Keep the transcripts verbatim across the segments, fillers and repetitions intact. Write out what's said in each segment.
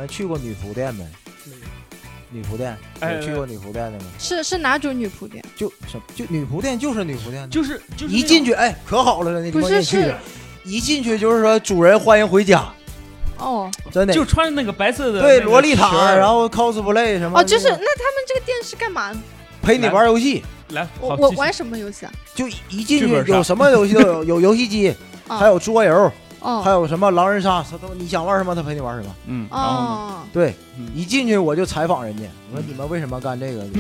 去过女仆店没？女仆店， 哎， 有去过女仆店的吗？ 是是哪种女仆店？ 就什就女仆店就是女仆店， 就是就是一进去哎可好了，那地不是是， 一进去就是说主人欢迎回家。 哦， 真的就穿那个白色的对洛丽塔，然后 cosplay 什么。 哦，就是那他们这个店是干嘛？ 陪你玩游戏。 来， 我我玩什么游戏啊？ 就一进去有什么游戏都有，有游戏机，还有桌游。 哦， 还有什么狼人杀，他都你想玩什么，他陪你玩什么。 嗯， 然后呢？ 对，一进去我就采访人家，我说你们为什么干这个？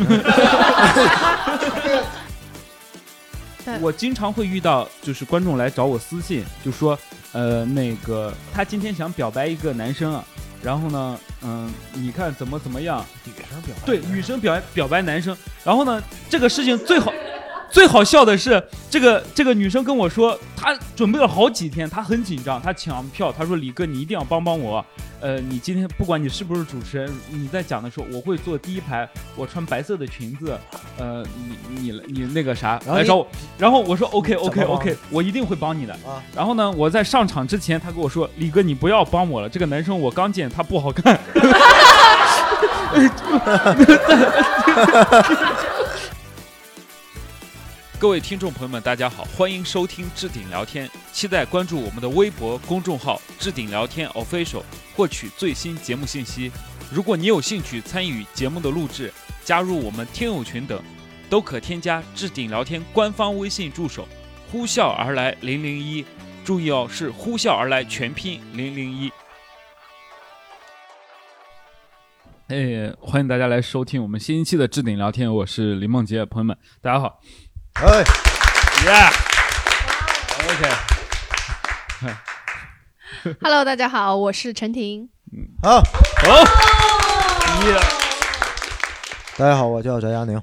我经常会遇到，就是观众来找我私信，就说，呃，那个他今天想表白一个男生啊，然后呢，嗯，你看怎么怎么样？ 女生表白， 对，女生表表白男生，然后呢，这个事情最好。最好笑的是，这个这个女生跟我说，她准备了好几天，她很紧张，她抢票，她说李哥你一定要帮帮我，呃，你今天不管你是不是主持人，你在讲的时候，我会坐第一排，我穿白色的裙子，呃，你你你那个啥来找我，然后我说 OK OK OK， 我一定会帮你的。啊、然后呢，我在上场之前，她跟我说，李哥你不要帮我了，这个男生我刚见他不好看。各位听众朋友们，大家好，欢迎收听置顶聊天，期待关注我们的微博公众号置顶聊天 official， 获取最新节目信息。如果你有兴趣参与节目的录制，加入我们听友群等，都可添加置顶聊天官方微信助手呼啸而来零零一，注意哦，是呼啸而来全拼零零一。哎，欢迎大家来收听我们新一期的置顶聊天，我是林梦洁，朋友们，大家好。 哎 ，Yeah，OK，Hello， 大家好，我是陈婷。 嗯，好，好 ，Yeah， 大家好，我叫翟佳宁。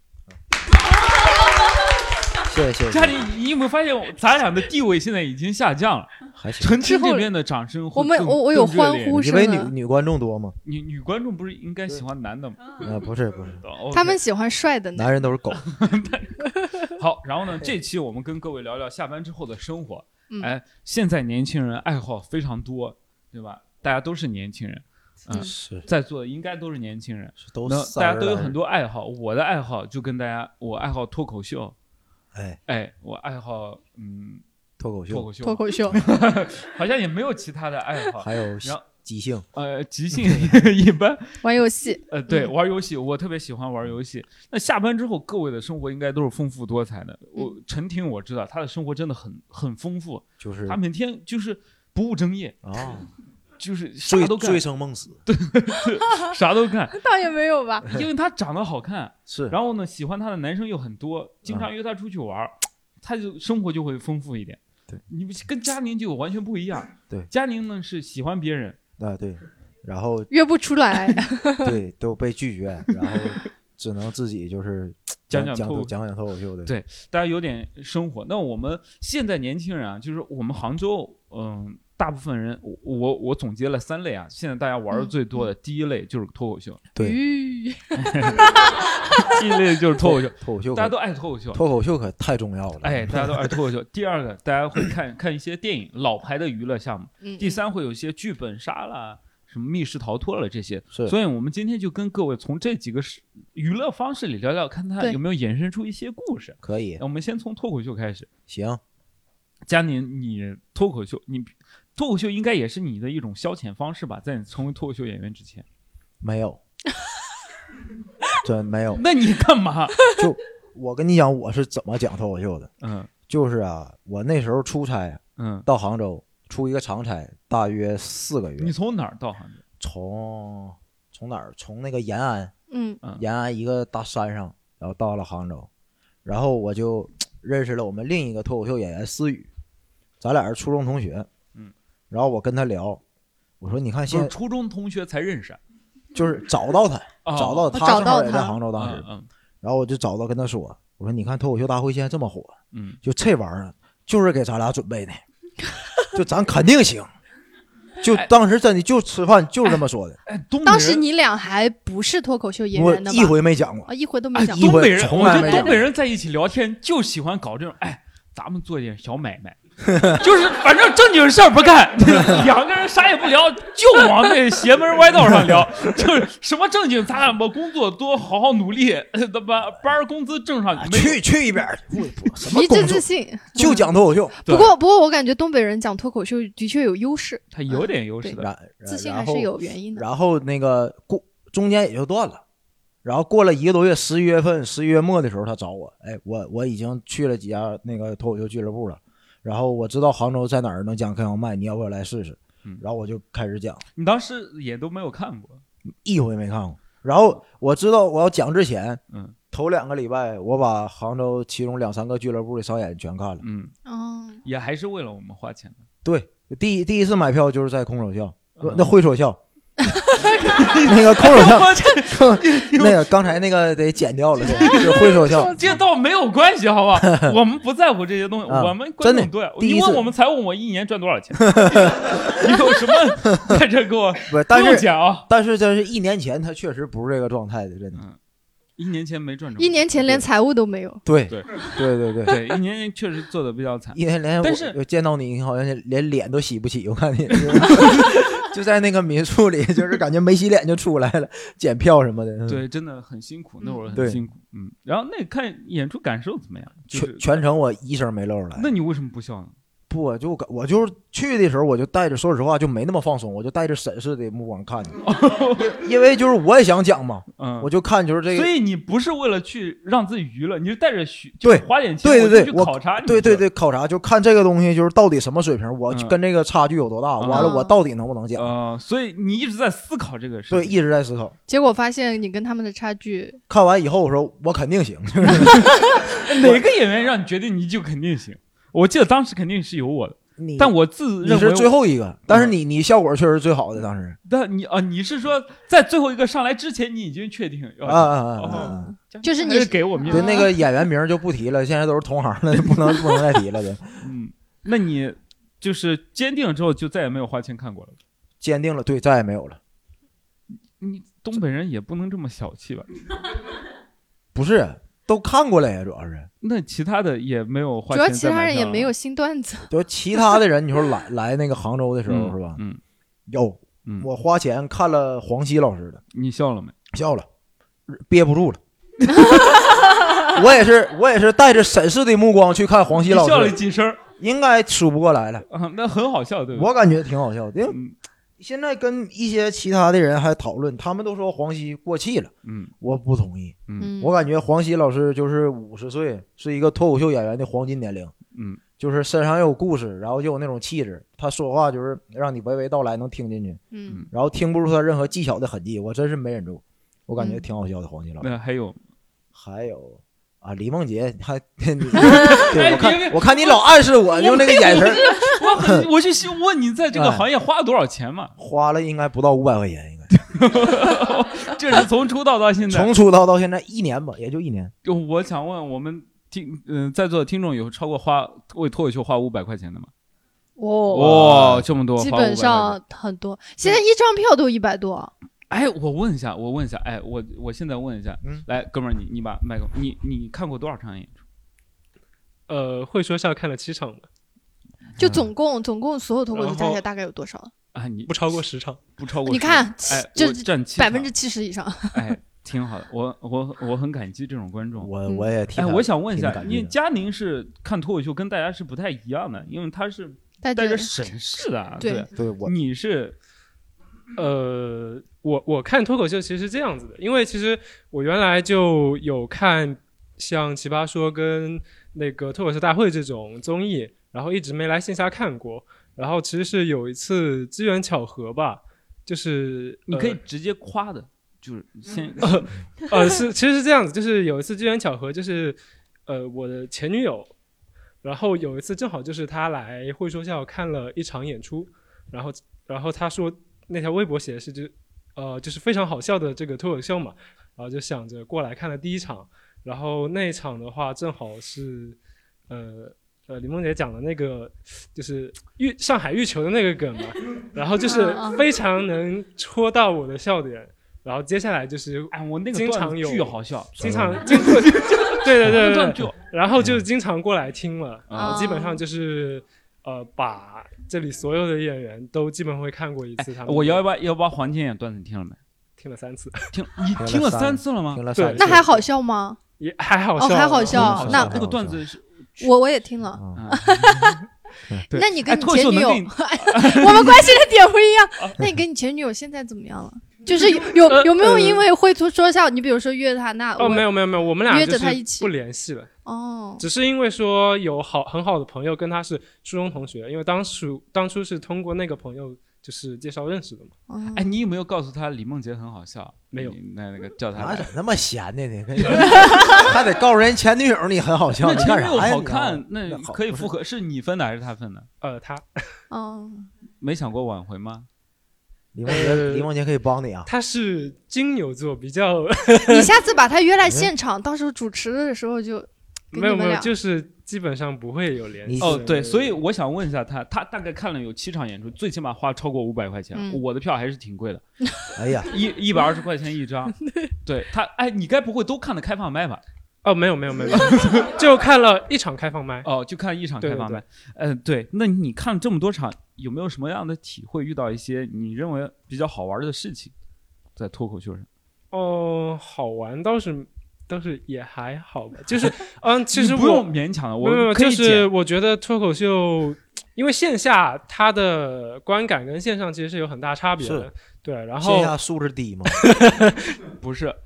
谢谢谢谢。 佳宁，你有没有发现咱俩的地位现在已经下降了？ 还行。 陈婷这边的掌声会更， 我们我我有欢呼声。 因为女女观众多吗？ 女女观众不是应该喜欢男的吗？ 呃，不是不是， 他们喜欢帅的男人都是狗。 好，然后呢，这期我们跟各位聊聊下班之后的生活。哎，现在年轻人爱好非常多，对吧？大家都是年轻人， 嗯，是在座的应该都是年轻人， 都大家都有很多爱好。我的爱好就跟大家，我爱好脱口秀。 哎哎，我爱好嗯脱口秀， 脱口秀， 脱口秀， 好像也没有其他的爱好。 还有即兴， 呃，即兴一般。 玩游戏， 呃，对，玩游戏，我特别喜欢玩游戏。那下班之后，各位的生活应该都是丰富多彩的。我陈婷我知道，她的生活真的很很丰富， 就是她每天就是不务正业啊。 就是啥都干， 醉生梦死， 对对，啥都干， 倒也没有吧， 因为他长得好看， 是， 然后呢，喜欢他的男生又很多，经常约他出去玩，嗯、他就生活就会丰富一点。 对， 你跟佳宁就完全不一样。 对， 佳宁呢是喜欢别人， 啊对，然后约不出来， 对，都被拒绝，然后只能自己就是讲讲脱讲讲脱口秀的。 对，大家有点生活。那我们现在年轻人啊，就是我们杭州，嗯。大部分人，我我我总结了三类啊。现在大家玩的最多的、嗯、第一类就是脱口秀， 对， 第一类就是脱口秀， 脱口秀， 大家都爱脱口秀， 脱口秀可太重要了， 哎，大家都爱脱口秀。第二个，大家会看看一些电影，老牌的娱乐项目。 嗯、 第三，会有一些剧本杀啦，什么密室逃脱了这些。 是， 所以我们今天就跟各位从这几个娱乐方式里聊聊，看它有没有衍生出一些故事。 可以， 我们先从脱口秀开始。 行， 佳宁，你脱口秀，你。脱口秀应该也是你的一种消遣方式吧？在你成为脱口秀演员之前， 没有，真没有。 那你干嘛？ 就我跟你讲，我是怎么讲脱口秀的。 嗯， 就是啊，我那时候出差， 嗯， 到杭州出一个长差，大约四个月。 你从哪儿到杭州？ 从从哪儿？从那个延安， 嗯， 延安一个大山上，然后到了杭州，然后我就认识了我们另一个脱口秀演员思雨，咱俩是初中同学。然后我跟他聊，我说：“你看，现在初中同学才认识， 就是找到他， 哦、 找到他，正好也在杭州当时。 嗯嗯、 然后我就找到跟他说，我说：你看脱口秀大会现在这么火， 嗯， 就这玩意儿就是给咱俩准备的，就咱肯定行。就当时真的就吃饭就是这么说的。 哎，东北人当时你俩还不是脱口秀演员的吧？ 我一回没讲过， 啊，一回都没讲过。哎、东北人， 从来没我觉得东北人在一起聊天就喜欢搞这种，哎，咱们做点小买卖。 就是反正正经事儿不干，两个人啥也不聊，就往那邪门歪道上聊，就是什么正经，咱俩把工作多好好努力，把班工资挣上去。 去去一边，什么一致自信， 就讲脱口秀。 不过不过我感觉东北人讲脱口秀的确有优势， 他有点优势的， 嗯、 自信还是有原因的。 然后那个过中间也就断了。然后过了一个多月，十一月份、十一月末的时候，他找我，哎，我我已经去了几家那个脱口秀俱乐部了，然后我知道杭州在哪儿能讲开放麦，你要不要来试试？嗯，然后我就开始讲。 你当时也都没有看过， 一回没看过。然后我知道我要讲之前， 嗯， 头两个礼拜我把杭州其中两三个俱乐部的商演全看了， 嗯， 哦， 也还是为了我们花钱的。 对，第一第一次买票就是在空手笑，嗯、那会所笑。那个空手笑，那个刚才那个得剪掉了，就是会手笑。 这倒没有关系，好吧？我们不在乎这些东西，啊、我们观众对。你问我们才问我一年赚多少钱？你有什么在这给我？ 不是，但是讲啊， 但是这是一年前，他确实不是这个状态的，真的。 嗯，一年前没赚着。 一年前连财务都没有。 对对对对对对，一年前确实做的比较惨。 一年前， 但是见到你好像连脸都洗不起，我看你。就在那个民宿里，就是感觉没洗脸就出来了，检票什么的。 对，真的很辛苦，那会儿很辛苦。嗯，然后那看演出感受怎么样？ 全、就是、全程我一声没露出来。 那你为什么不笑呢？ 不，就我就是去的时候，我就带着，说实话就没那么放松，我就带着审视的目光看的，因为就是我也想讲嘛，嗯，我就看就是这个。 所以你不是为了去让自己娱乐，你是带着学， 对， 花点钱， 对对对， 去考察， 对对对，考察就看这个东西就是到底什么水平，我跟这个差距有多大， 嗯、 完了我到底能不能讲？ 啊、呃，所以你一直在思考这个事情， 对，一直在思考。 结果发现你跟他们的差距， 看完以后我说我肯定行。就是哪个演员让你决定你就肯定行？我记得当时肯定是有我的。但我自认为你是最后一个，但是你、嗯、你效果确实最好的当时。 但你啊，你是说在最后一个上来之前，你已经确定要啊啊啊啊啊！ 就是你是给我们对那个演员名就不提了，现在都是同行了，不能不能再提了的。 嗯，那你就是坚定了之后，就再也没有花钱看过了。 坚定了，对，再也没有了。 你东北人也不能这么小气吧？ 不是。都看过了呀，主要是。 那其他的也没有花钱。 主要其他人也没有新段子。 对，其他的人，你说来来那个杭州的时候、 嗯、 是吧？ 嗯， 有、嗯，我花钱看了黄西老师的。 你笑了没？ 笑了，憋不住了。我也是，我也是带着审视的目光去看黄西老师。 笑了几声， 应该数不过来了。 啊，那很好笑，对吧？ 我感觉挺好笑的。因为嗯现在跟一些其他的人还讨论，他们都说黄西过气了， 嗯， 我不同意， 嗯， 我感觉黄西老师就是五十岁，是一个脱口秀演员的黄金年龄， 嗯， 就是身上又有故事，然后又有那种气质，他说话就是让你娓娓道来，能听进去， 嗯， 然后听不出他任何技巧的痕迹，我真是没忍住，我感觉挺好笑的。黄西老师， 那还有， 还有。啊，李梦洁还，对我看我看你老暗示我用那个眼神， 我很我去问你在这个行业花了多少钱嘛？ 花了应该不到五百块钱，应该。 这是从出道到现在， 从出道到现在一年吧，也就一年。 就我想问我们听，嗯、呃，在座的听众有超过花为脱口秀花五百块钱的吗？ 哇、 哦、哇，这么多， 基本上很多。现在一张票都一百多。 哎，我问一下，我问一下，哎，我我现在问一下，嗯、来，哥们儿，你你把麦克，你你看过多少场演出？ 呃，会说笑看了七场吧。 就总共、嗯、总共所有脱口秀加起来大概有多少？ 啊，你不超过十场， 不超过十。 你看， 哎， 就占百分之七十以上。 哎，挺好的，我我我很感激这种观众。 我我也挺。 哎，我想问一下，因为佳宁是看脱口秀跟大家是不太一样的，因为他是带着审视的。 对对，我你是。 呃，我我看脱口秀其实是这样子的，因为其实我原来就有看像奇葩说跟那个脱口秀大会这种综艺，然后一直没来线下看过。然后其实是有一次机缘巧合吧，就是你可以直接夸的，呃、就是先呃呃是其实是这样子，就是有一次机缘巧合，就是呃我的前女友，然后有一次正好就是她来会说笑看了一场演出，然后然后她说。那条微博写的是就呃就是非常好笑的这个脱口秀嘛，然后就想着过来看了第一场，然后那一场的话正好是呃呃李梦洁讲的那个就是玉上海玉球的那个梗嘛，然后就是非常能戳到我的笑点，然后接下来就是哎我那个经常有巨好笑， 经常经对对对对对，然后就经常过来听了，然后基本上就是呃把这里所有的演员都基本会看过一次他们、 哎、我幺八幺八黄金眼段子你听了没？ 听了三次。 听你听了三次了吗？ 听了三次。 那还好笑吗？ 也还好笑， 哦，还好笑。那那个段子是， 我我也听了。 嗯那你跟你前女友，我们关心的点不一样。那你跟你前女友现在怎么样了？就是有有有没有因为会说笑，你比如说约她，那哦没有没有没有，我们俩约着她一起不联系了。 哦， 只是因为说有好很好的朋友跟他是初中同学，因为当初当初是通过那个朋友就是介绍认识的嘛。 哦、 哎，你有没有告诉他李梦洁很好笑？ 没有， 那那个叫他哪整那么闲的呢？还得告诉人前女友你很好笑，你干啥呀？ 好看，那可以复合，是你分的还是他分的？ 呃，他。 哦， 没想过挽回吗？ 李梦洁，李梦洁可以帮你啊。 他是金牛座，比较。 你下次把他约来现场，到时候主持的时候就。 没有没有，就是基本上不会有联系。 哦，对，所以我想问一下他，他大概看了有七场演出，最起码花超过五百块钱、嗯。我的票还是挺贵的。 哎呀， 一一百二十块钱一张。对他，哎，你该不会都看的开放麦吧？ 哦，没有没有没有，就看了一场开放麦。 哦，就看一场开放麦。 嗯、 呃，对，那你看这么多场，有没有什么样的体会？遇到一些你认为比较好玩的事情，在脱口秀上？ 哦，好玩倒是。倒是也还好吧，就是嗯，其实不用勉强的，我没有，就是我觉得脱口秀，因为线下它的观感跟线上其实是有很大差别的，对。然后线下素质低吗？ 不是，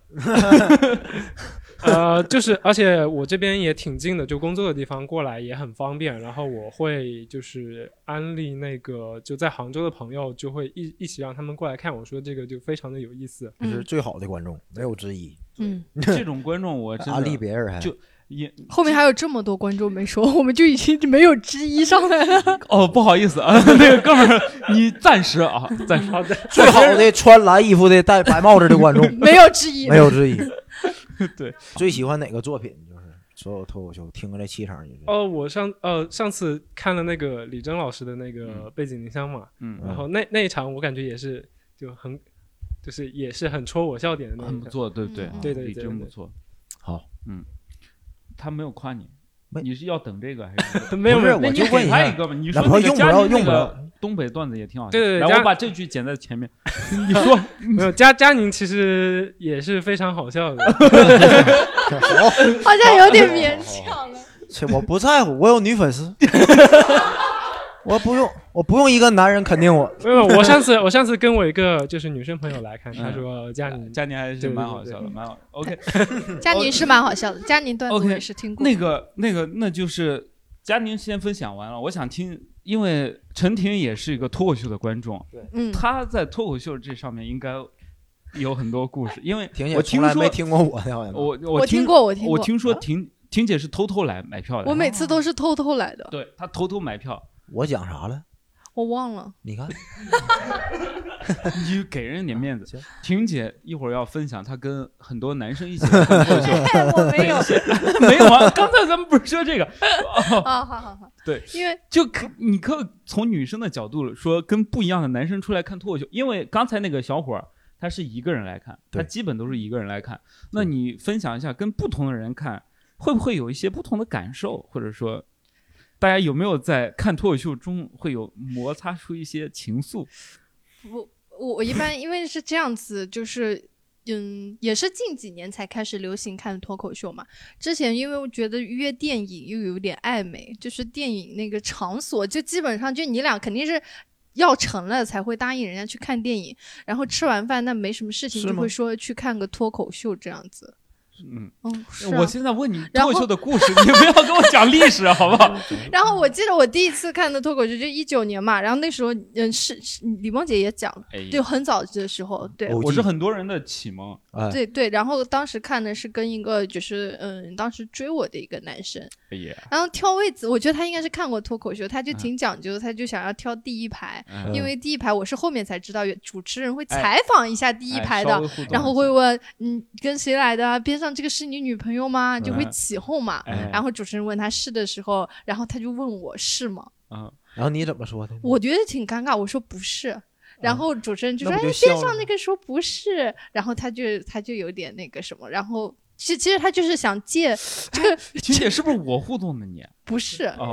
呃，就是而且我这边也挺近的，就工作的地方过来也很方便。然后我会就是安利那个就在杭州的朋友，就会一一起让他们过来看。我说这个就非常的有意思， 这是最好的观众，没有之一。 嗯， 这种观众我真的安利别人还就也后面还有这么多观众没说，我们就已经没有之一上来了。 哦，不好意思啊，那个哥们儿，你暂时啊，暂时好的。 最好的穿蓝衣服的戴白帽子的观众没有之一， 没有之一。 对， 最喜欢哪个作品？就是所有脱口秀听了这七场。 哦，我上呃上次看了那个李征老师的那个背井离乡嘛， 嗯， 然后那那一场我感觉也是就很。就是也是很戳我笑点的那种， 很不错，对不对？ 对对对， 真不错。 好， 嗯，他没有夸你，你是要等这个还是？ 没有没有， 那你给他一个吧。你说那个嘉宁用不了， 东北段子也挺好。 对对对， 然后我把这句剪在前面。你说没有？嘉嘉宁其实也是非常好笑的， 好像有点勉强了。 我不在乎，我有女粉丝。我不用，我不用一个男人肯定我。 没有，我上次我上次跟我一个就是女生朋友来看，她说嘉宁嘉宁还是蛮好笑的，蛮好。OK， 嘉宁是蛮好笑的，嘉宁段子我也是听过。 那个那个那就是嘉宁先分享完了，我想听，因为陈婷也是一个脱口秀的观众， 对， 嗯， 他在脱口秀这上面应该有很多故事，因为我从来没听过我的， 我我听过，我听过， 我听说婷婷姐是偷偷来买票的， 我每次都是偷偷来的， 对，她偷偷买票。 我讲啥了？ 我忘了。 你看， 你给人点面子。婷姐一会儿要分享她跟很多男生一起看脱口秀， 我没有， 没有啊。刚才咱们不是说这个？ 哦，好好好。 对， 因为就可你可从女生的角度说，跟不一样的男生出来看脱口秀，因为刚才那个小伙儿他是一个人来看，他基本都是一个人来看。那你分享一下，跟不同的人看，会不会有一些不同的感受，或者说？大家有没有在看脱口秀中会有摩擦出一些情愫？ 我我我一般因为是这样子，就是嗯，也是近几年才开始流行看脱口秀嘛。之前因为我觉得约电影又有点暧昧，就是电影那个场所就基本上就你俩肯定是要成了才会答应人家去看电影，然后吃完饭那没什么事情就会说去看个脱口秀这样子。 嗯， 哦啊、 我现在问你脱口秀的故事，你不要跟我讲历史，好不好？ 然后我记得我第一次看的脱口秀就一九年嘛，然后那时候嗯是是李梦洁也讲了， 哎、 就很早的时候，对， 我是很多人的启蒙， 哎、 对对。然后当时看的是跟一个就是嗯当时追我的一个男生， 哎呀， 然后挑位子，我觉得他应该是看过脱口秀，他就挺讲究的，他就想要挑第一排， 嗯、 因为第一排我是后面才知道主持人会采访一下第一排的， 哎、 然后会问嗯跟谁来的，边上这个是你女朋友朋友吗？就会起哄嘛、 哎， 然后主持人问他是的时候，然后他就问我是吗？ 嗯， 然后你怎么说的？ 我觉得挺尴尬，我说不是，然后主持人就说：“ 嗯、 哎，边上那个说不是。”然后他就他就有点那个什么，然后其实其实他就是想借这个。 秦姐是不是我互动的你？ 不是， 哦，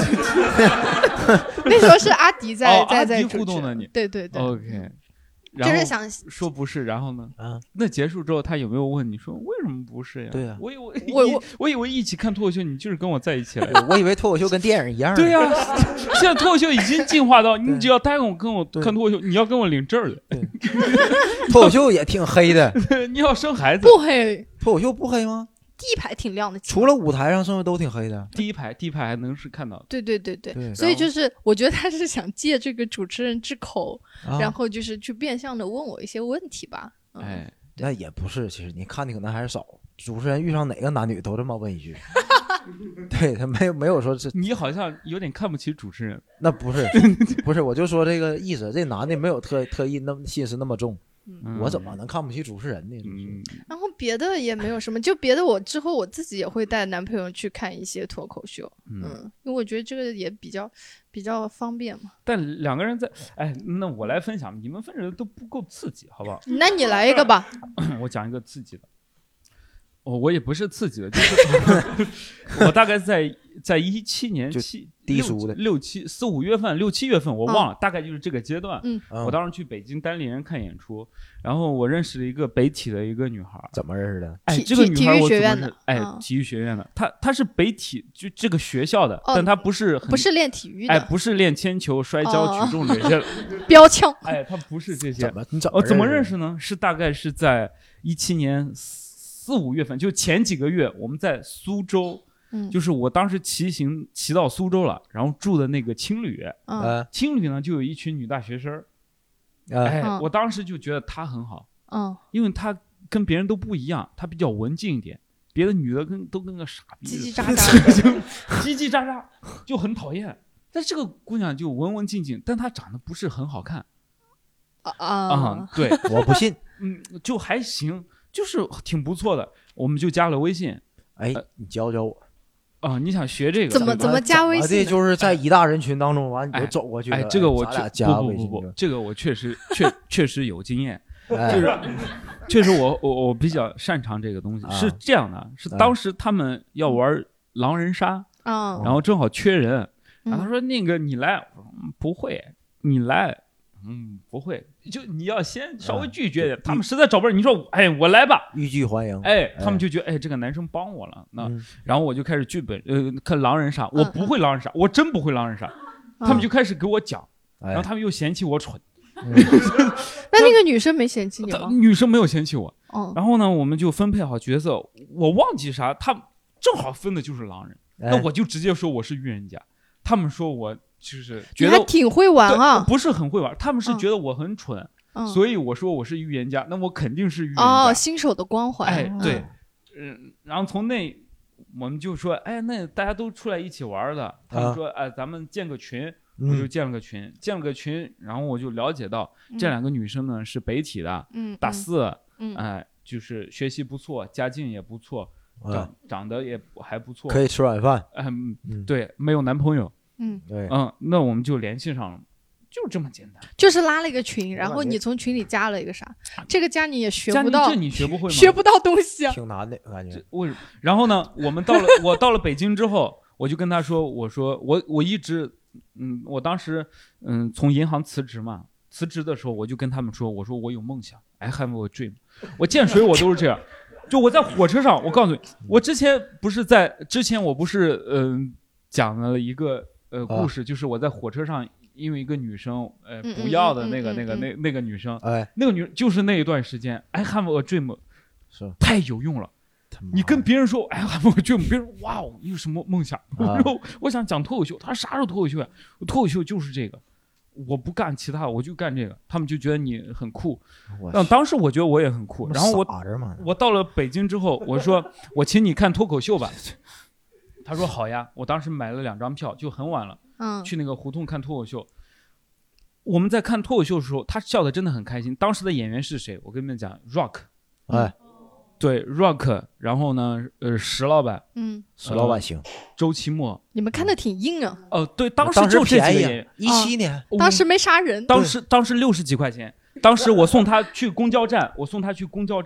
那时候是阿迪在、 哦、 在在阿迪互动的你。 对对对。 OK。 就是想说不是，然后呢？ 啊， 那结束之后，他有没有问你说为什么不是呀？ 对呀、啊， 我以为我我我以为一起看脱口秀，你就是跟我在一起了。 我以为脱口秀跟电影一样。 对呀、啊，现在脱口秀已经进化到你只要带我跟我看脱口秀，你要跟我领证的。 脱口秀也挺黑的， 你要生孩子不黑？ 脱口秀不黑吗？ 第一排挺亮的， 除了舞台上，剩下都挺黑的。 第一排，第一排还能是看到的。 对对对 对, 对所以就是我觉得他是想借这个主持人之口， 啊、 然后就是去变相的问我一些问题吧。嗯、 哎， 那也不是，其实你看的可能还是少。主持人遇上哪个男女都这么问一句，对他没有没有说这。 你好像有点看不起主持人。 那不是不是，我就说这个意思，这男的没有特特意那么心思那么重。 嗯、 我怎么能看不起主持人呢？ 嗯， 然后别的也没有什么，就别的我之后我自己也会带男朋友去看一些脱口秀，嗯，嗯因为我觉得这个也比较比较方便嘛。 但两个人在，哎，那我来分享，你们分享的都不够刺激，好不好？ 那你来一个吧。 我讲一个刺激的。我、哦、我也不是刺激的，就是我大概在在一七年七低俗的六七四五月份六七月份我忘了、嗯，大概就是这个阶段。 嗯， 我当时去北京单立人看演出，然后我认识了一个北体的一个女孩。 怎么认识的？ 哎，这个女孩我怎么认识？哎， 嗯、 体育学院的，她她是北体就这个学校的，哦、但她不是很不是练体育的， 哎，不是练铅球、摔跤、哦、举重这些标枪。 哎，她不是这些。 怎么你怎么、哦、怎么认识呢？是大概是在一七年。四五月份就前几个月，我们在苏州， 嗯， 就是我当时骑行骑到苏州了，然后住的那个青旅， 嗯， 青旅呢就有一群女大学生， 嗯、 哎、 嗯， 我当时就觉得她很好， 嗯， 因为她跟别人都不一样，她比较文静一点，别的女的跟都跟个傻逼， 叽叽喳喳， 叽叽喳喳，就很讨厌。但这个姑娘就文文静静，但她长得不是很好看， 啊啊、嗯，对， 我不信， 嗯，就还行。就是挺不错的，我们就加了微信。 哎，呃、你教教我啊、呃！你想学这个？ 怎么怎么加微信？ 这就是在一大人群当中，完你就走过去。 哎，这个我咱俩加微信。 不不不，这个我确实确确实有经验，就是确实我我我比较擅长这个东西。 啊、 是这样的，是当时他们要玩狼人杀， 嗯、 然后正好缺人， 嗯、 然后他说那个你来，我说不会，你来。嗯，不会，就你要先稍微拒绝点，嗯、他们实在找不着，你说，哎，我来吧， 欲拒还迎， 哎，他们就觉得，哎，这个男生帮我了，那， 嗯、 然后我就开始剧本，呃，看狼人杀，我不会狼人杀，嗯、我真不会狼人杀， 嗯、 他们就开始给我讲， 嗯、 然后他们又嫌弃我蠢， 嗯、 那那个女生没嫌弃你吗？ 女生没有嫌弃我， 哦， 然后呢，我们就分配好角色，我忘记啥，他们正好分的就是狼人， 哎、 那我就直接说我是预言家，他们说我。就是觉得你还挺会玩啊， 不是很会玩，他们是觉得我很蠢， 嗯、 所以我说我是预言家，那我肯定是预言家。 哦，新手的光环。 哎，对，嗯，然后从那我们就说，哎，那大家都出来一起玩的，他们说，哎、呃，咱们建个群，我就建了个群， 嗯、 建了个群，然后我就了解到、嗯、这两个女生呢是北体的， 嗯， 大四， 嗯， 哎、呃，就是学习不错，家境也不错， 嗯、 长长得也还不错， 可以吃晚饭， 嗯，嗯对，没有男朋友。 嗯， 对， 嗯，那我们就联系上了，就这么简单。 就是拉了一个群，然后你从群里加了一个啥？这个加你也学不到， 这你学不会吗？ 学不到东西啊， 挺难的感觉。 为什么？然后呢，我们到了，我到了北京之后，我就跟他说，我说我我一直，嗯，我当时嗯从银行辞职嘛，辞职的时候我就跟他们说，我说我有梦想 ，I have a dream， 我见谁我都是这样。就我在火车上，我告诉你，我之前不是在之前我不是嗯、呃、讲了一个。呃，故事就是我在火车上，因为一个女生，呃，不要的那个、那个、那那个女生， 哎， 那个女就是那一段时间 ，I have a dream， 是太有用了。你跟别人说 I have a dream， 别人哇哦，你有什么梦想？我说我想讲脱口秀，他说啥时候脱口秀呀？脱口秀就是这个，我不干其他，我就干这个。他们就觉得你很酷，但当时我觉得我也很酷。然后我我到了北京之后，我说我请你看脱口秀吧。他说好呀，我当时买了两张票，就很晚了， 嗯， 去那个胡同看脱口秀。我们在看脱口秀的时候，他笑得真的很开心。当时的演员是谁？我跟你们讲 ，Rock， 哎， 对 ，Rock， 然后呢，呃，石老板， 嗯， 石老板行， 呃、周奇墨， 你们看的挺硬啊。 哦、呃，对，当时就这几个演员， 一七年， 哦，当时没啥人， 当时当时六十几块钱，当时我送他去公交站，我送他去公交站，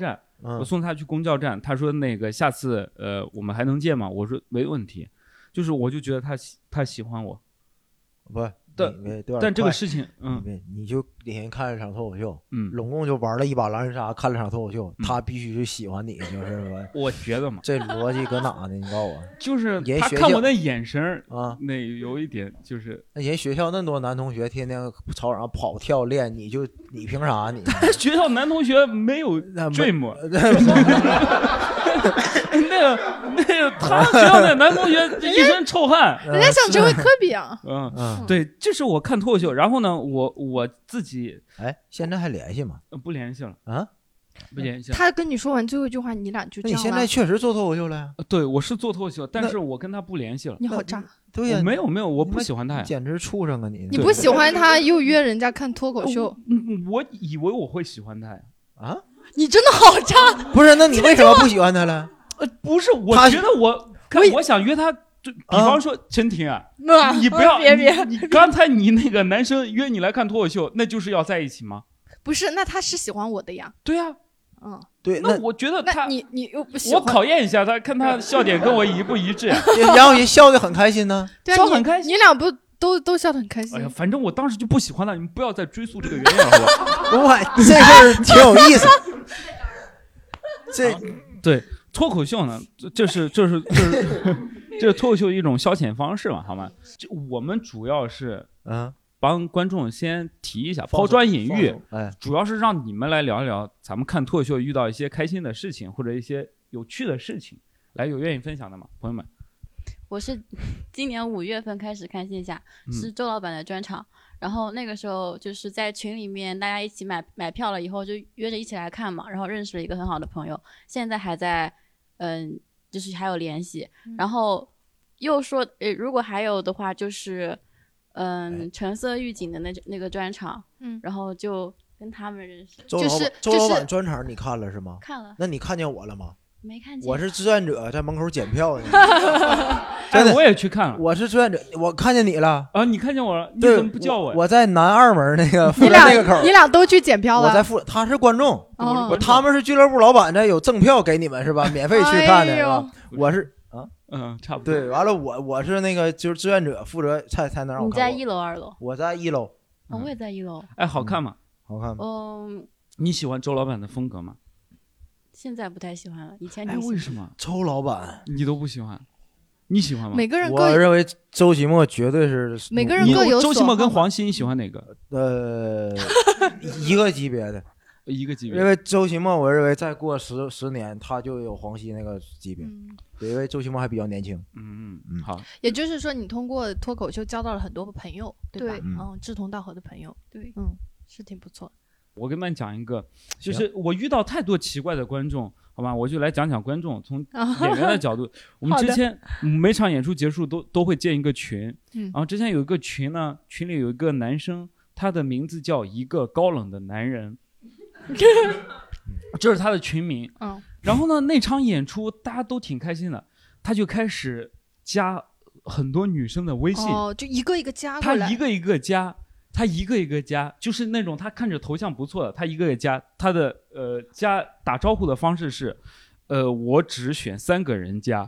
嗯、 我送他去公交站，他说那个下次呃我们还能见吗？我说没问题，就是我就觉得他他喜欢我， 不。 但但这个事情，嗯， 你就那天看了场脱口秀， 嗯， 拢共就玩了一把狼人杀，看了场脱口秀，嗯、他必须就喜欢你，就是说， 我觉得嘛， 这逻辑搁哪呢？你告诉我， 就是他看我那眼神啊，那有一点就是， 那人学校那么多男同学天天操场上跑跳练，你就你凭啥你？ 学校男同学没有 dream。那个那个，他学校那男同学一身臭汗， 人家想成为科比啊。 嗯嗯，对，这是我看脱口秀，然后呢，我我自己， 哎，现在还联系吗？ 不联系了啊， 不联系。 他跟你说完最后一句话，你俩就这样了。 你现在确实做脱口秀了呀？ 对，我是做脱口秀，但是我跟他不联系了。 你好渣！ 对呀， 没有没有，我不喜欢他呀， 简直畜生啊你！ 你不喜欢他，又约人家看脱口秀， 嗯，我以为我会喜欢他呀。 啊？ 你真的好渣！ 不是，那你为什么不喜欢他了？ 呃，不是，我觉得我，看我想约他，就比方说陈婷啊，你不要别别， 你刚才你那个男生约你来看脱口秀，那就是要在一起吗？ 不是，那他是喜欢我的呀。 对呀， 嗯， 对， 那我觉得他， 你你又不喜欢， 我考验一下他，看他笑点跟我一不一致呀。 然后也笑得很开心呢， 笑很开心， 你俩不都都笑得很开心？ 哎呀，反正我当时就不喜欢他，你们不要再追溯这个原因了，好不好？ 哇，这事儿挺有意思。这、啊、 对。脱口秀呢，这是这是这是这是脱口秀一种消遣方式嘛，好吗？就我们主要是嗯帮观众先提一下，抛砖引玉， 哎， 主要是让你们来聊一聊咱们看脱口秀遇到一些开心的事情或者一些有趣的事情，来有愿意分享的吗，朋友们？ 我是今年五月份开始看线下，是周老板的专场。嗯，然后那个时候就是在群里面大家一起买买票了以后就约着一起来看嘛，然后认识了一个很好的朋友，现在还在嗯就是还有联系，嗯，然后又说呃如果还有的话就是嗯橙色预警的那那个专场，嗯，然后就跟他们认识。 周老板，就是，周老板专场你看了是吗？ 看了。 那你看见我了吗？ 没看见。 我是志愿者，在门口检票呢。 真的，我也去看了。 我是志愿者，我看见你了啊！你看见我了？你怎么不叫我呀？ 我, 我在南二门那个负责那个口。 你俩都去检票了？ 我在负，他是观众， 哦， 我他们是俱乐部老板，这有赠票给你们是吧？免费去看的是吧？哎，我是啊， 嗯，差不多。 对，完了我我是那个就是志愿者，负责才才能让我看。 你在一楼二楼？ 我在一楼。 哦，我也在一楼。 哎，好看吗？ 好看吗？ 嗯。 你喜欢周老板的风格吗？ 现在不太喜欢了，以前哎，为什么？ 周老板你都不喜欢，你喜欢吗？ 每个人各我认为周奇墨绝对是每个人各有所好。 周奇墨跟黄西，你喜欢哪个？ 呃，一个级别的， 一个级别。 因为周奇墨，我认为再过十十年，他就有黄西那个级别。嗯，对，因为周奇墨还比较年轻。 嗯嗯，好。 也就是说，你通过脱口秀交到了很多朋友，对吧？ 对， 嗯，志同道合的朋友， 对， 嗯，是挺不错。 我跟你们讲一个，就是我遇到太多奇怪的观众，好吧，我就来讲讲观众。从演员的角度，我们之前每场演出结束都都会建一个群，然后之前有一个群呢，群里有一个男生，他的名字叫一个高冷的男人，这是他的群名。 嗯， 然后呢，那场演出大家都挺开心的，他就开始加很多女生的微信， 哦，就一个一个加过来， 他一个一个加。他一个一个加，就是那种他看着头像不错的，他一个一个加。他的呃加打招呼的方式是，呃，我只选三个人加。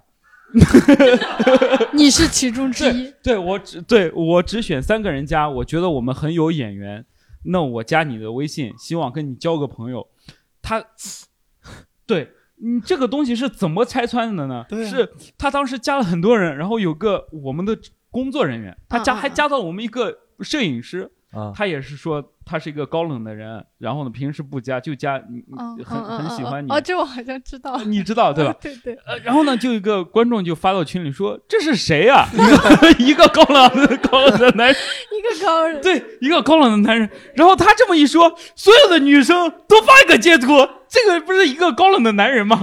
你是其中之一。 对，对我只对我只选三个人加，我觉得我们很有眼缘，那我加你的微信，希望跟你交个朋友。他，对你这个东西是怎么拆穿的呢？ 对啊， 是他当时加了很多人，然后有个我们的工作人员，他加、嗯、还加到了我们一个摄影师。 啊， 他也是说他是一个高冷的人，然后呢平时不加就加你， 嗯、 很、嗯、很喜欢你。 哦，这我好像知道， 你知道对吧？ 对对。 呃，然后呢，就有一个观众就发到群里说：“这是谁呀、啊？”一个一个高冷的高冷的男人， 一个高冷， 对，一个高冷的男人。然后他这么一说，所有的女生都发一个截图，这个不是一个高冷的男人吗？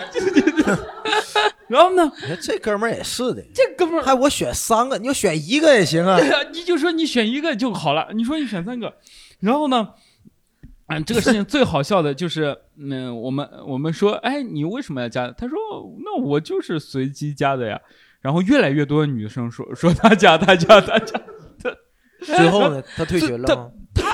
然后呢？ 这哥们儿也是的， 这哥们儿还我选三个，你就选一个也行啊。 对啊，你就说你选一个就好了，你说你选三个，然后呢？嗯，这个事情最好笑的就是，嗯，我们我们说，哎，你为什么要加？他说，那我就是随机加的呀。然后越来越多的女生说说他加他加他加， 最后呢，他退群了吗？ 他他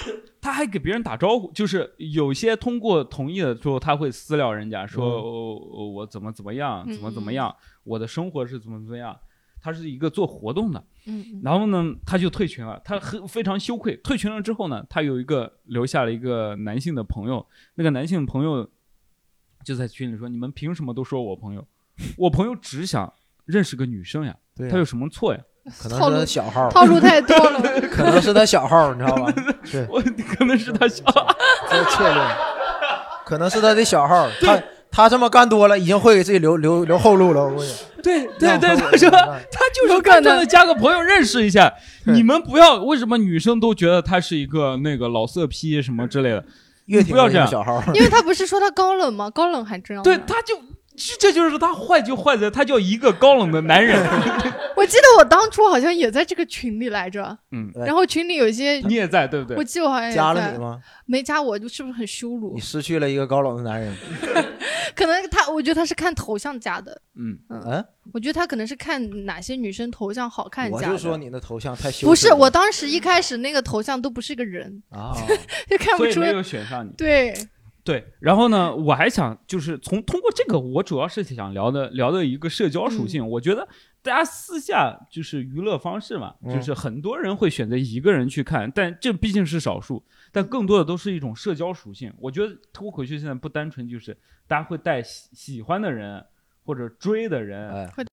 他还给别人打招呼，就是有些通过同意的时候，他会私聊人家说、 嗯哦、我怎么怎么样， 嗯怎么怎么样，我的生活是怎么怎么样。他是一个做活动的， 嗯， 然后呢，他就退群了，他很非常羞愧。退群了之后呢，他有一个留下了一个男性的朋友，那个男性朋友就在群里说：“你们凭什么都说我朋友？我朋友只想认识个女生呀， 对啊他有什么错呀？” 可能是他小号， 套路太多了， 可能是他小号，你知道吧？对， 我可能是他小， 这是策略，可能是他的小号，他他这么干多了，已经会给自己留留留后路了。我估计， 对对对，他说他就是单纯的加个朋友认识一下。你们不要，为什么女生都觉得他是一个那个老色批什么之类的？ 越不要这样， 小号， 因为他不是说他高冷吗？高冷还这样。 对，他就这就是他坏就坏在他叫一个高冷的男人。 我记得我当初好像也在这个群里来着， 嗯， 然后群里有一些你也在对不对？ 我记得我好像也在加了你吗？ 没加我，就是不是很羞辱？ 你失去了一个高冷的男人。 可能他，我觉得他是看头像加的。 嗯嗯， 我觉得他可能是看哪些女生头像好看加的。 我就说你的头像太羞耻。 不是，我当时一开始那个头像都不是个人啊， 就看不出， 所以没有选上你。 对。 对，然后呢，我还想就是从通过这个，我主要是想聊的聊的一个社交属性。嗯、我觉得大家私下就是娱乐方式嘛， 嗯、 就是很多人会选择一个人去看，但这毕竟是少数，但更多的都是一种社交属性。我觉得脱口秀现在不单纯就是大家会带喜喜欢的人或者追的人。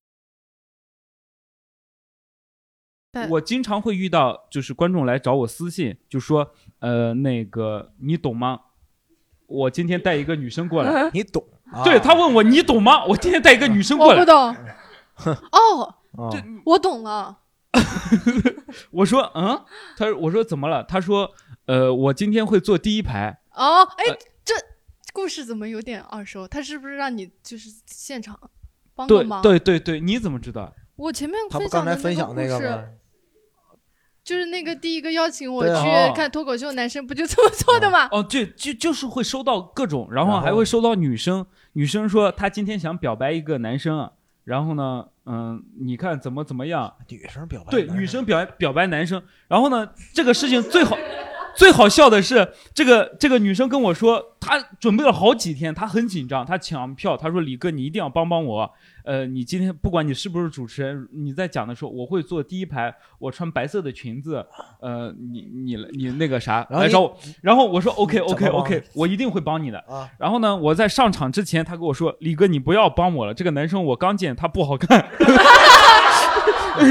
哎、我经常会遇到就是观众来找我私信，就说呃那个你懂吗？我今天带一个女生过来， 你懂？ 对，他问我你懂吗？我今天带一个女生过来， 我不懂。哦， 这我懂了。 我说嗯，他我说怎么了？他说呃，我今天会坐第一排。 哦，哎，呃、这故事怎么有点耳熟？他是不是让你就是现场帮个忙？ 对对对对，你怎么知道？ 我前面他不刚才分享那个吗？ 就是那个第一个邀请我去看脱口秀男生不就这么做的吗？ 哦，对，就就是会收到各种，然后还会收到女生，女生说她今天想表白一个男生，然后呢，嗯，你看怎么怎么样？ 女生表白对，女生表表白男生，然后呢，这个事情最好最好笑的是，这个这个女生跟我说，她准备了好几天，她很紧张，她抢票，她说李哥你一定要帮帮我。呃，你今天不管你是不是主持人，你在讲的时候，我会坐第一排，我穿白色的裙子，呃，你你你那个啥来找我，然后我说 OK OK OK， 我一定会帮你的。 啊、 然后呢，我在上场之前，他跟我说，李哥你不要帮我了，这个男生我刚见他不好看。 你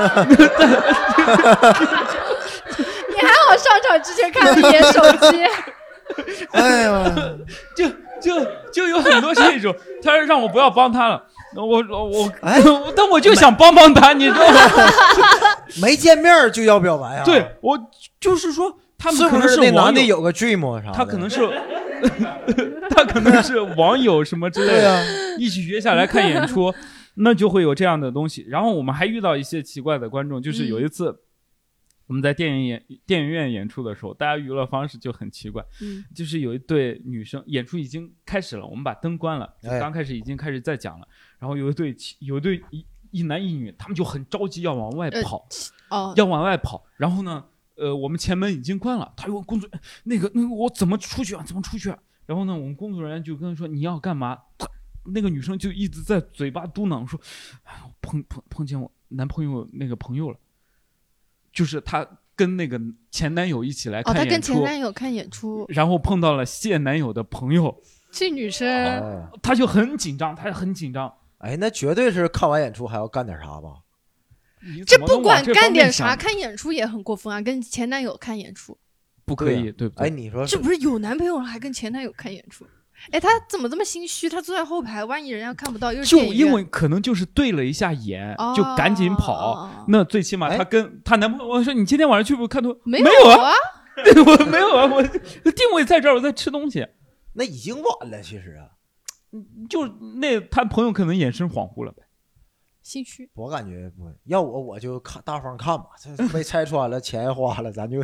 还好上场之前看了一眼手机。 哎呀， 就就就有很多这种，他让我不要帮他了，我我哎， 但我就想帮帮他，你知道吗？ 没见面就要表白啊？ 对，我就是说，他们可能是那男的有个 dream 啥？ 他可能是，他可能是网友什么之类的， 啊、 一起约下来看演出，那就会有这样的东西。然后我们还遇到一些奇怪的观众，就是有一次。嗯我们在电影演电影院演出的时候，大家娱乐方式就很奇怪， 嗯， 就是有一对女生，演出已经开始了，我们把灯关了， 哎、 刚开始已经开始在讲了，然后有一对有一对一一男一女，他们就很着急要往外跑， 呃哦， 要往外跑，然后呢，呃，我们前门已经关了，他问工作那个那个我怎么出去啊？怎么出去啊？然后呢，我们工作人员就跟他说你要干嘛？他那个女生就一直在嘴巴嘟囔说，碰碰碰见我男朋友那个朋友了。就是她跟那个前男友一起来看演出， 哦，她跟前男友看演出， 然后碰到了现男友的朋友， 这女生， 哎、 她就很紧张，她很紧张。 哎，那绝对是看完演出还要干点啥吧？ 这不管干点啥，看演出也很过分啊！跟前男友看演出不可以，对不对？ 哎，你说这不是有男朋友了还跟前男友看演出？哎，他怎么这么心虚？他坐在后排，万一人家看不到，又是就因为可能就是对了一下眼， 哦、 就赶紧跑。 哦、 那最起码他跟她男朋友，我说你今天晚上去不看脱？ 没有啊，我没有啊，我定位在这儿，我在吃东西。 那已经晚了，其实啊， 就那他朋友可能眼神恍惚了呗。 心虚， 我感觉不会。要我我就看大方看吧，这被拆穿了，钱也花了，咱就。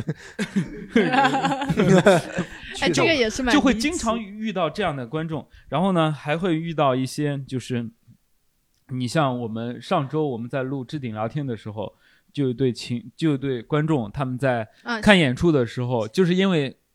哎，这个也是蛮就会经常遇到这样的观众，然后呢，还会遇到一些就是，你像我们上周我们在录置顶聊天的时候，就有对情就有对观众他们在看演出的时候，啊、就是因为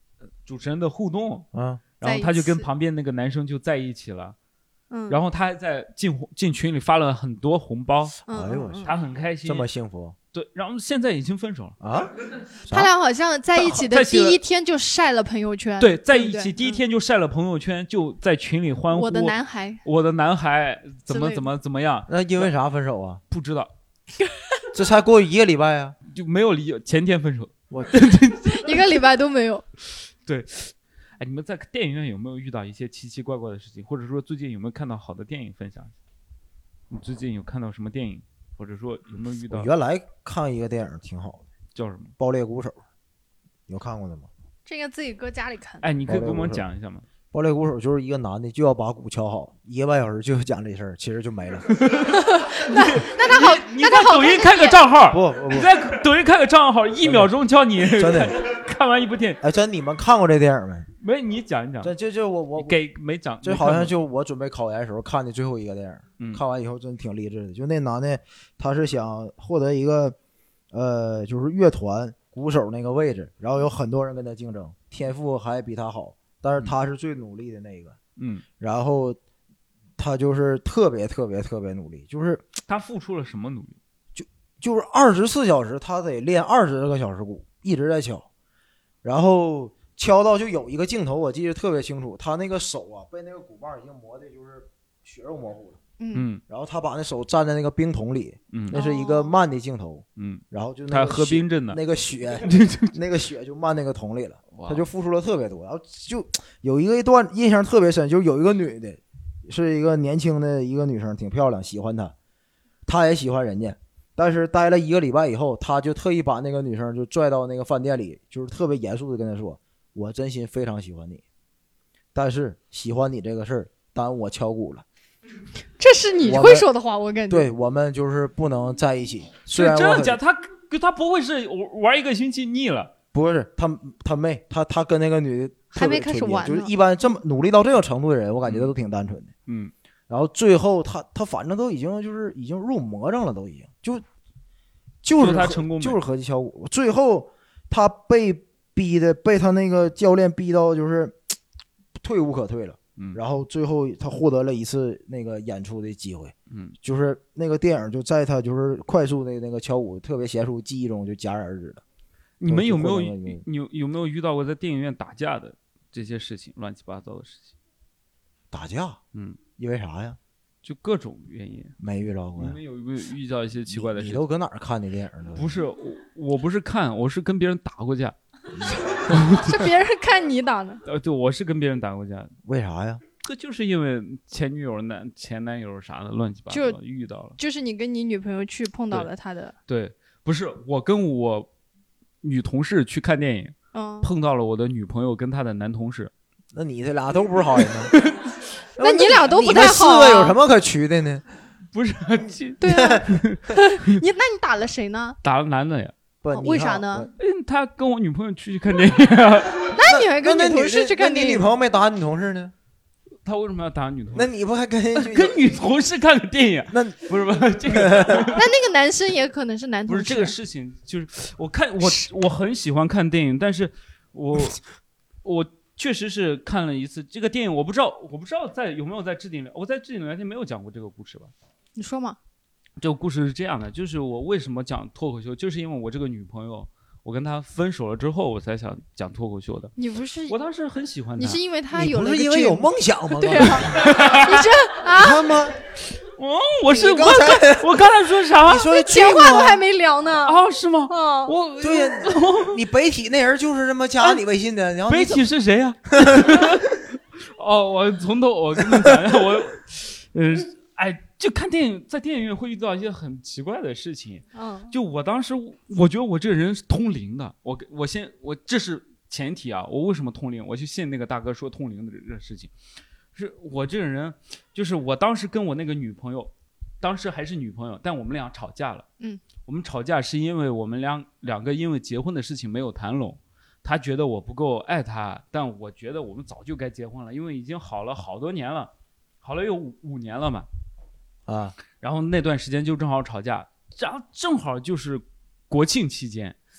主持人的互动， 嗯， 然后他就跟旁边那个男生就在一起了。 嗯， 然后他还在进进群里发了很多红包， 嗯、 哎呦我去， 他很开心， 这么幸福。 对，然后现在已经分手了啊！ 他俩好像在一起的第一天就晒了朋友圈， 对，在一起第一天就晒了朋友圈，就在群里欢呼我的男孩， 我的男孩怎么怎么怎么样？ 那因为啥分手啊？ 不知道， 这才过一个礼拜啊， 就没有理前天分手， 我一个礼拜都没有。 对。哎，你们在电影院有没有遇到一些奇奇怪怪的事情，或者说最近有没有看到好的电影分享？你最近有看到什么电影，或者说有没有遇到？ 我原来看一个电影挺好的， 叫什么？ 爆裂鼓手，有看过的吗？ 这个自己搁家里看。 哎，你可以跟我们讲一下吗？ 爆裂鼓手就是一个男的就要把鼓敲好，一个半小时就讲这事儿，其实就没了。 那那他好， 你在抖音开个账号， 不不不， 你在抖音开个账号，一秒钟教你真的看完一部电影。 哎，真你们看过这电影没？ 没，你讲一讲。 这这就我我给没讲， 这好像就我准备考研的时候看的最后一个电影， 嗯、 看完以后真挺励志的。就那男的，他是想获得一个呃，就是乐团鼓手那个位置，然后有很多人跟他竞争，天赋还比他好，但是他是最努力的那个。 嗯， 然后他就是特别特别特别努力，就是他付出了什么努力？ 就就是二十四小时，他得练二十个小时鼓，一直在敲，然后敲到就有一个镜头，我记得特别清楚，他那个手啊被那个鼓棒已经磨的就是血肉模糊了。 嗯， 然后他把那手站在那个冰桶里， 嗯， 那是一个慢的镜头， 嗯， 然后就那他喝冰镇的那个血，那个血就漫那个桶里了，他就付出了特别多。然后就有一个一段印象特别深，就是有一个女的，是一个年轻的一个女生，挺漂亮，喜欢他，他也喜欢人家，但是待了一个礼拜以后，他就特意把那个女生就拽到那个饭店里，就是特别严肃的跟她说：“我真心非常喜欢你，但是喜欢你这个事儿耽误我敲鼓了。” 这是你会说的话，我感觉。 对，我们就是不能在一起。虽然这样讲，他他不会是玩一个星期腻了？ 不是，他他没他他跟那个女的还没开始玩， 就是一般这么努力到这种程度的人，我感觉他都挺单纯的。 嗯。 然后最后他他反正都已经就是已经入魔怔了，都已经就就是他成功， 就是合计敲鼓。最后他被逼的被他那个教练逼到就是退无可退了。 嗯， 然后最后他获得了一次那个演出的机会， 嗯， 就是那个电影就在他就是快速的那个敲鼓特别娴熟记忆中就戛然而止了。 你们有没有有有没有遇到过在电影院打架的这些事情，乱七八糟的事情？ 打架？ 嗯， 因为啥呀？ 就各种原因。 没遇到过。 你们有没有遇到一些奇怪的事情？ 你都搁哪儿看的电影呢？ 不是我，我不是看，我是跟别人打过架。 是别人看你打的？ 呃，对，我是跟别人打过架。 为啥呀？ 这就是因为前女友、男前男友啥的乱七八糟遇到了。 就是你跟你女朋友去碰到了他的。 对，对不是我跟我女同事去看电影， 嗯， 碰到了我的女朋友跟她的男同事。 那你这俩都不是好人呢？ 那你俩都不太好、啊。 你们四个有什么可取的呢？ 不是， 对啊。你那你打了谁呢？ 打了男的呀。 不， 为啥呢？ 嗯，他跟我女朋友去看电影、啊。 那你还跟女同事去看电影？ 你女朋友没打你同事呢？ 他为什么要打女同事？ 那你不还跟跟女同事看个电影？ 那不是吧？这个那那个男生也可能是男同事。 不是这个事情，就是我看我我很喜欢看电影，但是我我确实是看了一次这个电影，我不知道我不知道在有没有在置顶聊，我在置顶聊天没有讲过这个故事吧？ 你说嘛？ 这个故事是这样的，就是我为什么讲脱口秀，就是因为我这个女朋友。我跟他分手了之后，我才想讲脱口秀的。 你不是？ 我当时很喜欢他。 你是因为他有了你不是因为有梦想吗？ 对啊。你这啊？ 看吗？ 哦，我是我刚我刚才说啥？ 你说前话都还没聊呢。 哦，是吗？ 哦， 我对呀，你北体那人就是这么加你微信的。然后北体是谁呀？哦，我从头我跟你讲一下，我嗯，哎。就看电影，在电影院会遇到一些很奇怪的事情。 嗯， 就我当时，我觉得我这个人是通灵的。我我先我这是前提啊，我为什么通灵？我就信那个大哥说通灵的这个事情。是我这个人，就是我当时跟我那个女朋友，当时还是女朋友，但我们俩吵架了。 嗯， 我们吵架是因为我们两两个因为结婚的事情没有谈拢。他觉得我不够爱他，但我觉得我们早就该结婚了，因为已经好了好多年了，好了有五五年了嘛。 啊， 然后那段时间就正好吵架，然后正好就是国庆期间，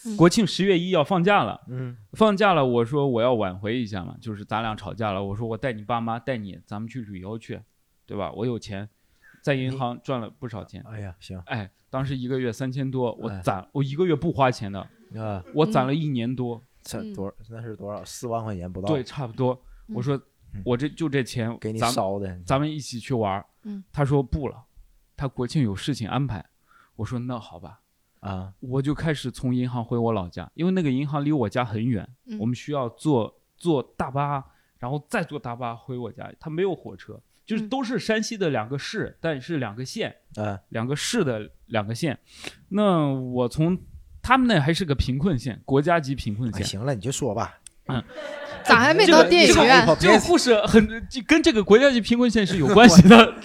国庆十月一要放假了， 嗯， 放假了，我说我要挽回一下嘛，就是咱俩吵架了，我说我带你爸妈带你，咱们去旅游去，对吧？我有钱，在银行赚了不少钱。 哎呀，行， 哎，当时一个月三千多，我哎攒，我一个月不花钱的， 啊， 我攒了一年多， 这多少？那是多少？四万块钱不到。 对，差不多。我说我这就这钱给你咱烧的， 咱们一起去玩。 嗯， 他说不了，他国庆有事情安排。我说那好吧。 啊， 我就开始从银行回我老家，因为那个银行离我家很远， 嗯我们需要坐坐大巴，然后再坐大巴回我家。它没有火车，就是都是山西的两个市，但是两个县， 嗯， 两个市的两个县。那我从他们那还是个贫困县，国家级贫困县。 哎行了，你就说吧。 嗯， 咋还没到电影院？ 这个故事很跟这个国家级贫困县是有关系的。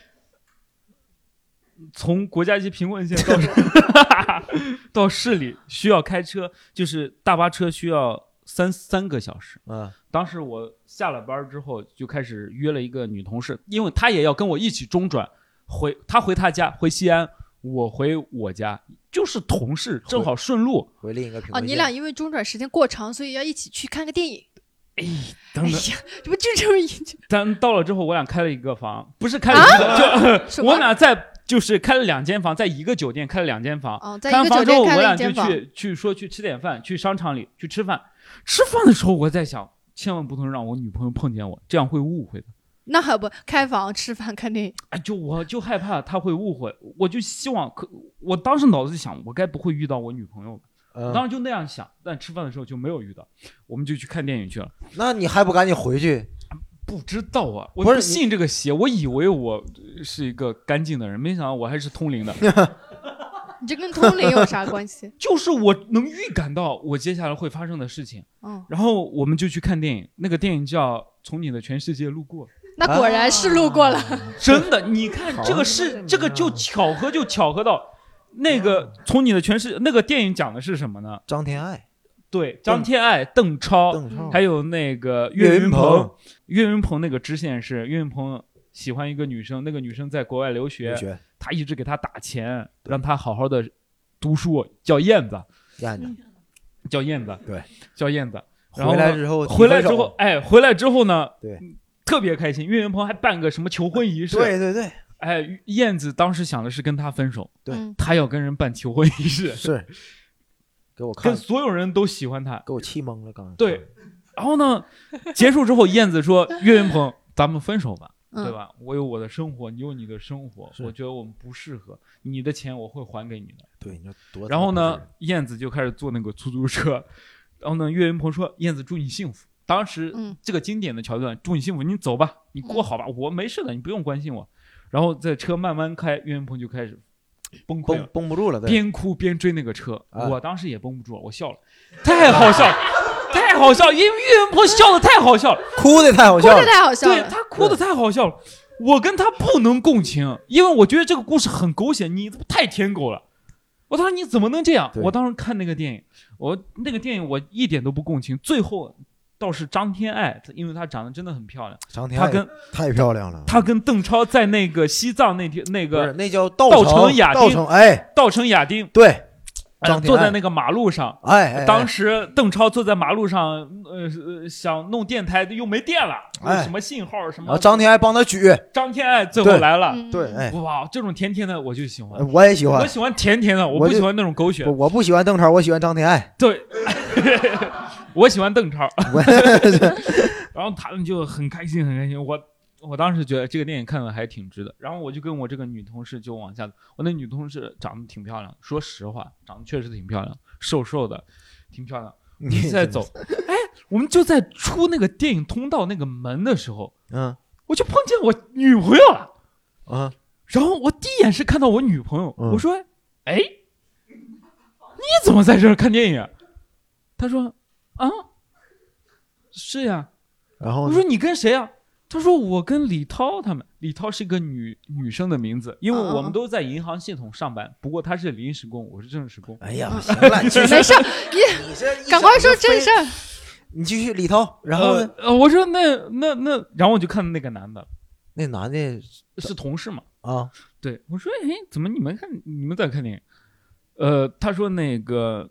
从国家级贫困县到到市里需要开车，就是大巴车需要三三个小时。 嗯， 当时我下了班之后就开始约了一个女同事，因为她也要跟我一起中转回，她回她家回西安，我回我家，就是同事，正好顺路回另一个贫哦， 困县。 你俩因为中转时间过长，所以要一起去看个电影。 哎，等等， 哎呀，这不就这么一句？ 咱到了之后，我俩开了一个房，不是开了一个， 啊、 就我俩在就是开了两间房，在一个酒店开了两间房。 哦，在开完房之后，我俩就间去去说去吃点饭，去商场里去吃饭。吃饭的时候，我在想，千万不能让我女朋友碰见我，这样会误会的。 那还不开房吃饭看电影？ 哎，就我就害怕她会误会，我就希望可，我当时脑子里想，我该不会遇到我女朋友吧。 嗯、 当时就那样想，但吃饭的时候就没有遇到，我们就去看电影去了。 那你还不赶紧回去？ 不知道啊，我不信这个邪，我以为我是一个干净的人，没想到我还是通灵的。 你这跟通灵有啥关系？ 就是我能预感到我接下来会发生的事情。 嗯， 然后我们就去看电影，那个电影叫《从你的全世界路过》。 那果然是路过了。 啊、真的，你看这个是这个就巧合就巧合到。那个从你的全世那个电影讲的是什么呢？ 张天爱， 对，张天爱、邓超， 邓超还有那个岳云鹏。岳云鹏那个支线是岳云鹏喜欢一个女生，那个女生在国外留学， 留学他一直给她打钱，让她好好的读书，叫燕子， 燕子， 叫燕子， 对， 叫燕子。然后回来之后， 回来之后，哎，回来之后呢， 对， 特别开心。岳云鹏还办个什么求婚仪式， 对对对。 哎，燕子当时想的是跟他分手， 对， 他要跟人办求婚仪式， 是，给我看， 跟所有人都喜欢他， 给我气懵了，刚才。 对，然后呢，结束之后，燕子说：“岳云鹏，咱们分手吧， 嗯、 对吧？我有我的生活，你有你的生活，我觉得我们不适合，你的钱我会还给你的。” 对，你多。 然后呢，燕子就开始坐那个出租车，然后呢，岳云鹏说：“燕子，祝你幸福。”当时、 嗯、 这个经典的桥段，祝你幸福，你走吧，你过好吧，嗯、我没事的，你不用关心我。然后在车慢慢开，岳云鹏就开始崩溃了， 绷不住了， 边哭边追那个车。 啊、 我当时也绷不住了，我笑了，太好笑了，太好笑了，因为岳云鹏笑的太好笑了， 哭的太好笑了， 哭的太好笑了， 对他哭的太好笑了。我跟他不能共情，因为我觉得这个故事很狗血，你太舔狗了。我当时你怎么能这样？我当时看那个电影，我那个电影我一点都不共情，最后。倒是张天爱，因为她长得真的很漂亮。 张天爱，她跟太漂亮了。 她跟邓超在那个西藏那天那个， 那叫稻城亚丁， 稻城哎， 稻城亚丁对， 呃、坐在那个马路上， 哎，哎哎当时邓超坐在马路上，呃，想弄电台又没电了， 哎、 什么信号什么， 然后张天爱帮他举， 张天爱最后来了， 对，哎， 哇，这种甜甜的我就喜欢， 我也喜欢， 我喜欢甜甜的，我不喜欢那种狗血， 我不喜欢邓超，我喜欢张天爱， 对。我喜欢邓超，然后他们就很开心，很开心。我我当时觉得这个电影看的还挺值的。然后我就跟我这个女同事就往下走，我那女同事长得挺漂亮，说实话，长得确实挺漂亮，瘦瘦的，挺漂亮。你再走，哎，我们就在出那个电影通道那个门的时候， 嗯， 我就碰见我女朋友了， 啊， 然后我第一眼是看到我女朋友， 嗯、 我说，哎，你怎么在这儿看电影？他说啊，是呀。 然后我说你跟谁啊？他说我跟李涛他们。李涛是一个女女生的名字，因为我们都在银行系统上班，不过她是临时工，我是正式工。 哎呀，行了， 没事，你你这赶快说正事儿。 你继续李涛，然后呢？ 呃，我说那那那，然后我就看那个男的， 那男的是同事嘛？ 啊， 对，我说哎，怎么你们看你们在看电影？呃，他说那个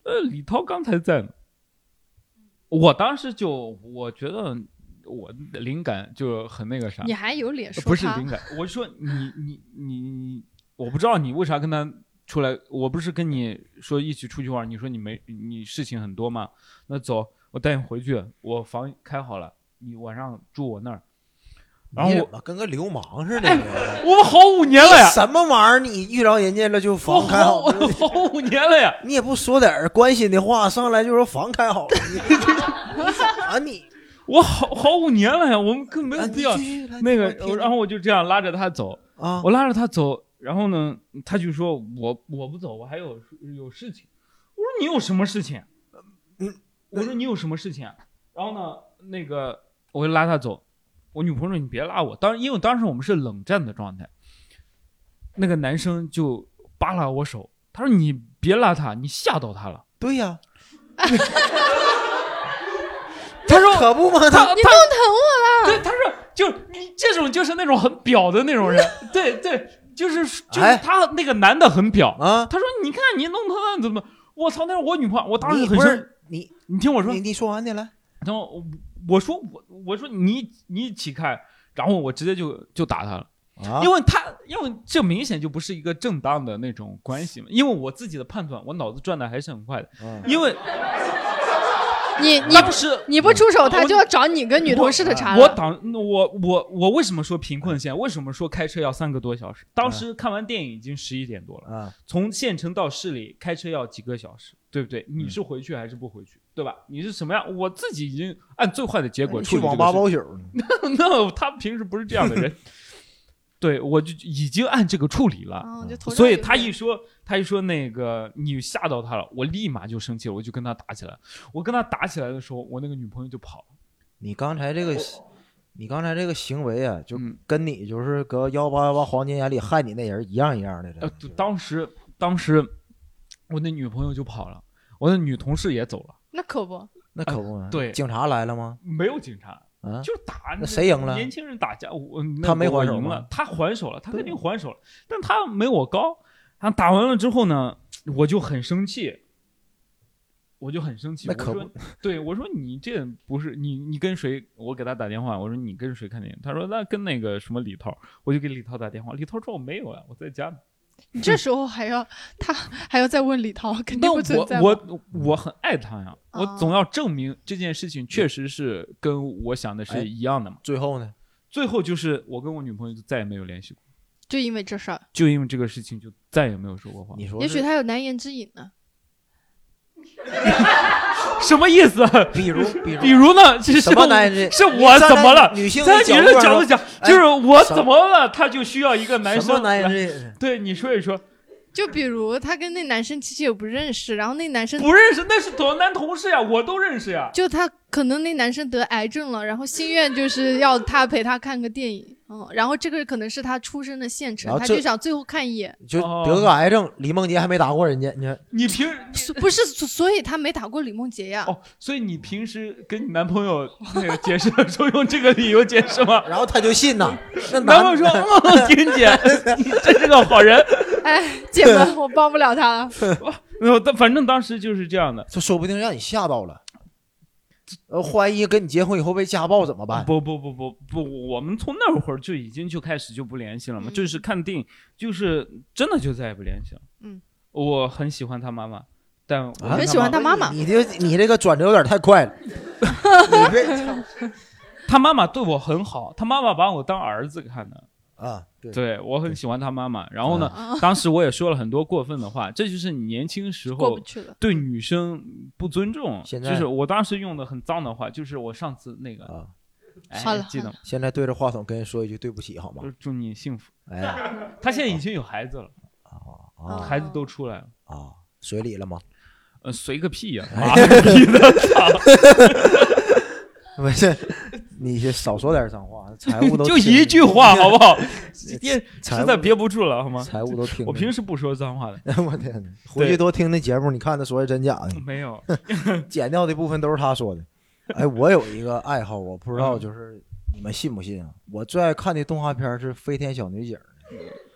呃，李涛刚才在呢。我当时就我觉得我灵感就很那个啥。 你还有脸说他？ 不是灵感，我说你你你你，我不知道你为啥跟他出来。我不是跟你说一起出去玩，你说你没你事情很多吗？那走，我带你回去，我房开好了，你晚上住我那儿。然后我你怎么跟个流氓似的、 哎？我们好五年了呀！ 什么玩意儿？你遇到人家了就房开好了？ 好五年了呀！ 你也不说点关心的话，上来就说房开好了。你啥你？ 我好好五年了呀，我们更没有必要、 啊、 那个。然后我就这样拉着他走啊， 我拉着他走，然后呢，他就说我我不走，我还有有事情。我说你有什么事情？ 嗯， 我说你有什么事情？然后呢，那个我就拉他走。我女朋友说你别拉我，当因为当时我们是冷战的状态，那个男生就扒拉我手，他说你别拉他，你吓到他了。 对呀、 啊，他说可不吗？ 他他你弄疼我了。 对，他说就你这种就是那种很表的那种人，对对，就是就是他那个男的很表啊。 他说你看你弄疼了怎么？我操，那是我女朋友，我当时很生你你听我说， 你你说完的来， 然后。我说我我说你你一起开，然后我直接就就打他了，啊、因为他因为这明显就不是一个正当的那种关系嘛，因为我自己的判断，我脑子转的还是很快的，嗯、因为你你当时你不出手，他就要找你跟女同事的茬了。 我当我我我为什么说贫困县？为什么说开车要三个多小时？当时看完电影已经十一点多了， 啊、 从县城到市里开车要几个小时。对不对？你是回去还是不回去？对吧？你是什么样？我自己已经按最坏的结果处理这个事。 去网吧包宿。 那他平时不是这样的人。对，我就已经按这个处理了。 哦、 所以他一说，他一说那个你吓到他了，我立马就生气了，我就跟他打起来。我跟他打起来的时候，我那个女朋友就跑了。 你刚才这个，你刚才这个行为啊，就跟你就是搁幺八幺八黄金眼里害你那人一样一样的。 呃，当时当时。我那女朋友就跑了，我的女同事也走了。 那可不， 那可不、啊。 对， 警察来了吗？ 没有警察， 啊， 就打。 那谁赢了？ 年轻人打架，我他没还手赢了，他还手了，他肯定还手了，但他没我高。他打完了之后呢，我就很生气，我就很生气。 那可不， 我说对，我说你这不是你，你跟谁？我给他打电话，我说你跟谁看电影？他说那跟那个什么李涛，我就给李涛打电话。李涛说我没有啊，我在家呢。 你这时候还要他还要再问李涛，肯定不存在。 我我我很爱他呀，哦、我总要证明这件事情确实是跟我想的是一样的嘛。 哎、最后呢？ 最后就是我跟我女朋友就再也没有联系过， 就因为这事儿， 就因为这个事情就再也没有说过话。 你说， 也许他有难言之隐呢。 什么意思？ 比如，比如， 比如呢？是什么男人？ 是我怎么了？ 女性在女人的角度讲， 哎、 就是我怎么了，他就需要一个男生。 什么男人？ 对，你说一说。 就比如他跟那男生其实也不认识，然后那男生不认识，那是男同事呀，我都认识呀。 就他可能那男生得癌症了，然后心愿就是要他陪他看个电影，嗯，然后这个可能是他出生的县城，他就想最后看一眼。 就得个癌症，李梦洁还没打过人家，你看你平不是，所以他没打过李梦洁呀。 哦，所以你平时跟你男朋友那个解释的时候用这个理由解释吗？ 然后他就信呐。那男朋友说：“嗯，婷姐，你真是个好人。” 哎，姐们，我帮不了他了。 但反正当时就是这样的， 这说不定让你吓到了。呃，万一跟你结婚以后被家暴怎么办？ 不不不不不，我们从那会儿就已经就开始就不联系了嘛，嗯、就是看电影，就是真的就再也不联系了。 嗯， 我很喜欢他妈妈，但我很喜欢他妈妈。 你这你这个转折有点太快了。你别， 他妈妈对我很好，他妈妈把我当儿子看的。 啊，对， 对我很喜欢他妈妈。然后呢，啊、当时我也说了很多过分的话，这就是你年轻时候对女生不尊重。就是我当时用的很脏的话，就是我上次那个啊， 好了， 记得吗？ 现在对着话筒跟人说一句对不起好吗？ 祝你幸福。 哎， 他现在已经有孩子了， 啊， 孩子都出来了啊，随礼了吗？ 呃，随个屁呀、啊！妈个逼的，操！ 不是，你少说点脏话，财务都就一句话好不好？实在憋不住了好吗？ 财务都听。 我平时不说脏话的。 我天哪！回去多听那节目，你看他说的真假的？ 没有， 剪掉的部分都是他说的。哎，我有一个爱好，我不知道就是你们信不信啊？我最爱看的动画片是《飞天小女警》。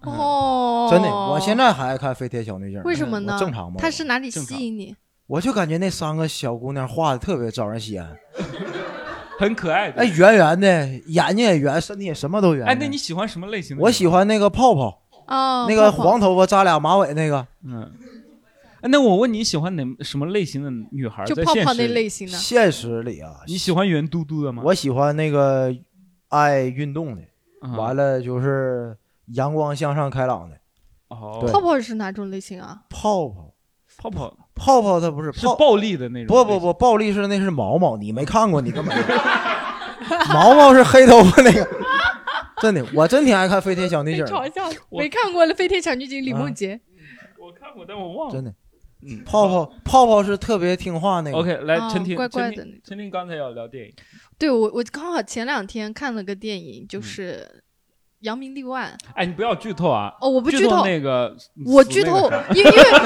哦， 真的，我现在还爱看飞天小女警。 为什么呢？ 正常吗？ 它是哪里吸引你？ 我就感觉那三个小姑娘画的特别招人稀罕， 很可爱的。 哎，圆圆的，眼睛也圆，身体也什么都圆。 哎，那你喜欢什么类型的？ 我喜欢那个泡泡， 哦， 那个黄头发扎俩马尾那个。 嗯。那我问你喜欢哪什么类型的女孩？ 就泡泡那类型的。 现实里啊， 你喜欢圆嘟嘟的吗？ 我喜欢那个爱运动的， 嗯、 完了就是阳光向上开朗的。 哦， 泡泡是哪种类型啊？ 泡泡， 泡泡， 泡泡它不是是暴力的那种。 不不不，暴力是那是毛毛，你没看过，你根本毛毛是黑头发那个。真的，我真挺爱看飞天小女警。 嘲笑，没看过了，飞天小女警李梦洁。 我看过，但我忘了。 真的。嗯，泡泡泡泡是特别听话那个。 OK， 来，陈婷， 乖乖的。 陈婷刚才要聊电影。 对我，我刚好前两天看了个电影，就是《扬名立万》。 哎，你不要剧透啊！ 哦，我不剧透那个， 我剧透，因为因为什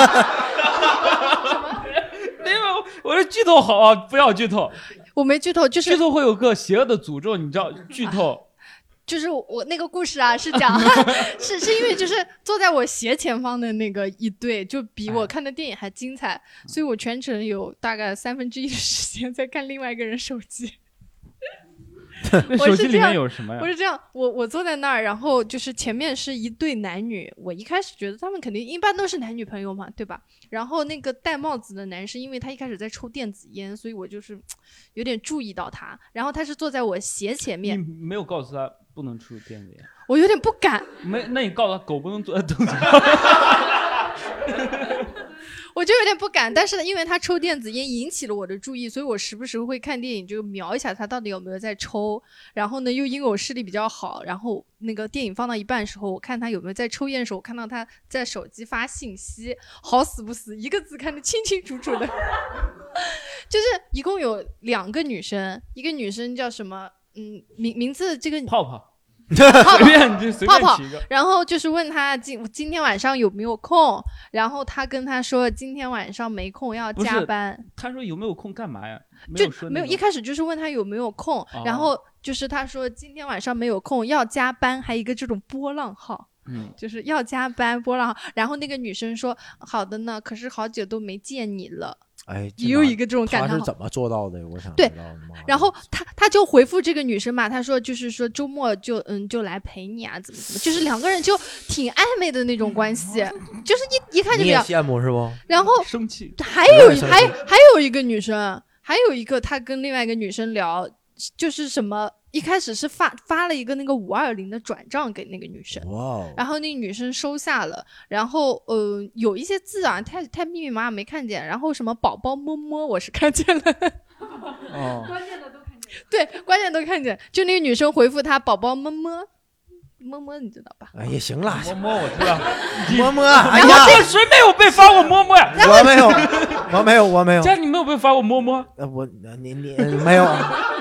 么？因为我说剧透好啊，不要剧透。 我没剧透，就是剧透会有个邪恶的诅咒，你知道？剧透。 就是我那个故事啊，是讲是是因为就是坐在我斜前方的那个一对，就比我看的电影还精彩，哎、所以我全程有大概三分之一的时间在看另外一个人手机。 那手机里面有什么呀？ 我是这样，我我坐在那儿，然后就是前面是一对男女，我一开始觉得他们肯定一般都是男女朋友嘛，对吧？然后那个戴帽子的男生，因为他一开始在抽电子烟，所以我就是有点注意到他。然后他是坐在我斜前面， 你没有告诉他不能抽电子烟， 我有点不敢。 没，那你告诉他狗不能坐在凳子上。 我就有点不敢，但是因为他抽电子烟引起了我的注意，所以我时不时会看电影就瞄一下他到底有没有在抽。然后呢，又因为我视力比较好，然后那个电影放到一半的时候，我看他有没有在抽烟的时候，我看到他在手机发信息，好死不死，一个字看得清清楚楚的。就是一共有两个女生，一个女生叫什么？嗯，名名字这个泡泡。 泡泡泡，然后就是问他今今天晚上有没有空，然后他跟他说今天晚上没空要加班。 他说有没有空干嘛呀？ 就没有，一开始就是问他有没有空，哦、然后就是他说今天晚上没有空要加班，还有一个这种波浪号。嗯，就是要加班波浪号。然后那个女生说好的呢，可是好久都没见你了。 哎， 也有一个这种感叹号。 他是怎么做到的？我想知道。对，然后他他就回复这个女生嘛，他说就是说周末就嗯就来陪你啊，怎么怎么，就是两个人就挺暧昧的那种关系，就是一一看就比较。 你也羡慕是不？ 然后生气。 还有一还还有一个女生，还有一个他跟另外一个女生聊，就是什么。一开始是发发了一个那个五二零的转账给那个女生， 哇， 然后那个女生收下了，然后呃有一些字啊太太密密麻麻没看见，然后什么宝宝摸摸我是看见了， 哦， 关键的都看见，对，关键都看见，就那个女生回复他宝宝摸摸。摸摸你知道吧？ 哎呀，行了， 摸摸我知道， 摸摸。 哎呀，谁没有被发过摸摸呀？ 我没有，我没有，我没有。 家你没有被发过摸摸？ 呃，我你你没有。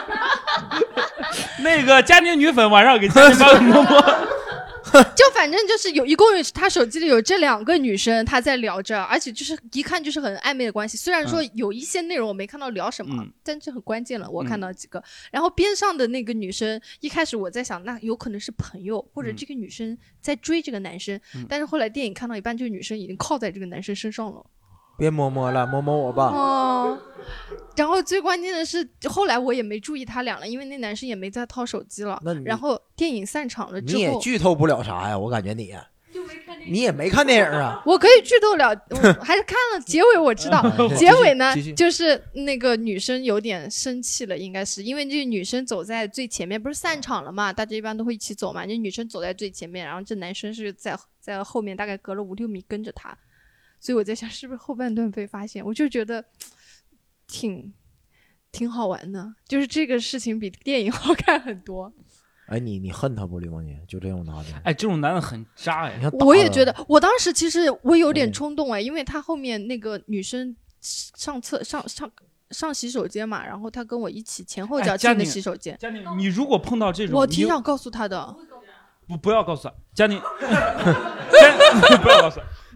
那个佳宁女粉晚上给佳宁发个摸摸。 就反正就是有一共有他手机里有这两个女生，他在聊着，而且就是一看就是很暧昧的关系。虽然说有一些内容我没看到聊什么，嗯、但这很关键了，我看到几个。嗯、然后边上的那个女生，一开始我在想，那有可能是朋友，或者这个女生在追这个男生。嗯、但是后来电影看到一半，这个女生已经靠在这个男生身上了。 别摸摸了，摸摸我吧。 哦。然后最关键的是，后来我也没注意他俩了，因为那男生也没再掏手机了。然后电影散场了之后， 你也剧透不了啥呀？我感觉你，你也没看电影啊。 我可以剧透了，我还是看了结尾，我知道结尾呢，就是那个女生有点生气了，应该是因为这个女生走在最前面，不是散场了嘛？大家一般都会一起走嘛。这女生走在最前面，然后这男生是在在后面，大概隔了五六米跟着她。所以我在想，是不是后半段被发现？我就觉得挺挺好玩的，就是这个事情比电影好看很多。 哎，你你恨他不，李梦洁就这种男的？ 哎，这种男的很渣哎！ 我也觉得，我当时其实我有点冲动哎，因为他后面那个女生上厕上上上洗手间嘛，然后他跟我一起前后脚进的洗手间。 佳宁，你如果碰到这种， 我挺想告诉他的。 不不要告诉他，佳宁，佳宁不要告诉他。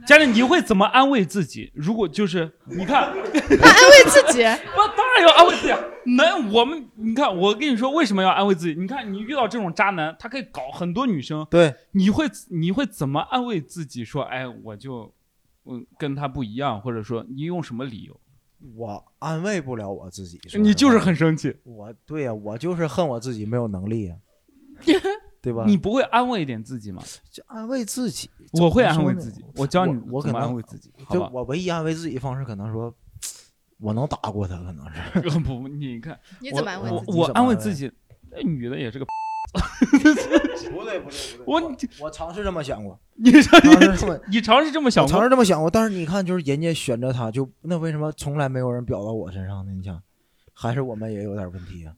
佳丽，你会怎么安慰自己？如果就是你看， 他安慰自己， 我当然要安慰自己。男，我们你看，我跟你说为什么要安慰自己？你看，你遇到这种渣男，他可以搞很多女生。 对， 你会你会怎么安慰自己说，哎，我就嗯跟他不一样，或者说你用什么理由？ 我安慰不了我自己， 你就是很生气。 我对呀、啊，我就是恨我自己没有能力呀、啊，对吧？ 你不会安慰一点自己吗？ 就安慰自己， 我会安慰自己。我教你， 我可能安慰自己。 就我唯一安慰自己的方式，可能说，我能打过他，可能是。 不，你看， 你怎么安慰自己？ 我我安慰自己，那女的也是个。 不对不对不对， 我我尝试这么想过， 你尝试这么你尝试这么想过， 尝试这么想过，但是你看，就是人家选择他，就那为什么从来没有人表到我身上呢？你想，还是我们也有点问题啊？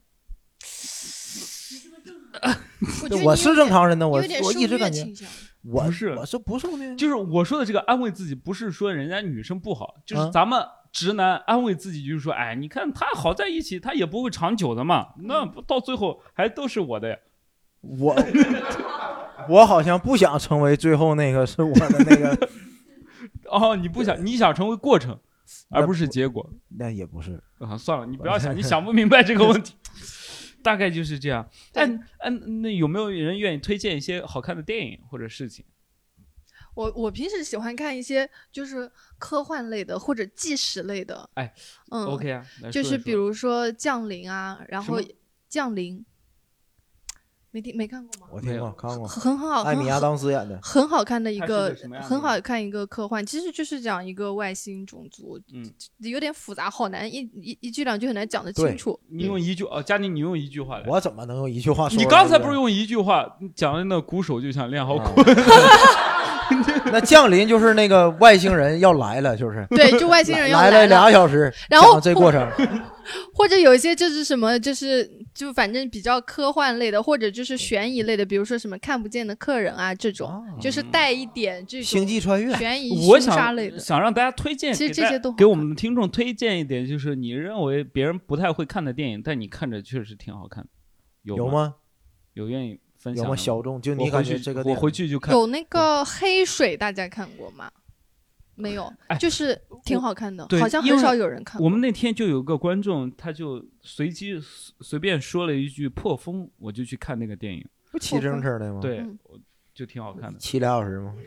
我我是正常人呢，我我一直感觉我不是我是不受虐， 就是我说的这个安慰自己，不是说人家女生不好，就是咱们直男安慰自己，就是说，哎，你看他好在一起，他也不会长久的嘛，那到最后还都是我的呀。 我我好像不想成为最后那个是我的那个哦，你不想，你想成为过程，而不是结果。 那也不是啊，算了，你不要想，你想不明白这个问题。大概就是这样。但嗯，那有没有人愿意推荐一些好看的电影或者事情？ 我我平时喜欢看一些就是科幻类的或者纪实类的。 哎， 嗯 ，OK 啊， 就是比如说《降临》啊，然后《降临》。没听没看过吗？ 我听过，看过， 很很好， 艾米亚当斯演的， 很好看的一个，很好看一个科幻，其实就是讲一个外星种族， 嗯， 有点复杂，好难一一一句两句很难讲得清楚。 你用一句哦，佳宁，你用一句话来。 我怎么能用一句话说？ 你刚才不是用一句话讲的那鼓手就想练好鼓？ 那降临就是那个外星人要来了，就是对，就外星人要来了俩小时， 然后这过程。 或者有一些就是什么，就是就反正比较科幻类的，或者就是悬疑类的，比如说什么看不见的客人啊这种，哦、就是带一点这种星际穿越、 悬疑、 我凶杀类的。 想让大家推荐， 其实这些都给我们的听众推荐一点，就是你认为别人不太会看的电影，但你看着确实挺好看的，有有吗？ 有愿意分享有吗？小众就你感觉这个， 我回去就看。 有那个黑水，大家看过吗？没有， 哎、 就是挺好看的， 对， 好像很少有人看过。 我们那天就有个观众，他就随机随便说了一句破风，我就去看那个电影。 不骑自行车的吗？ 对，嗯、就挺好看的。 骑俩小时吗？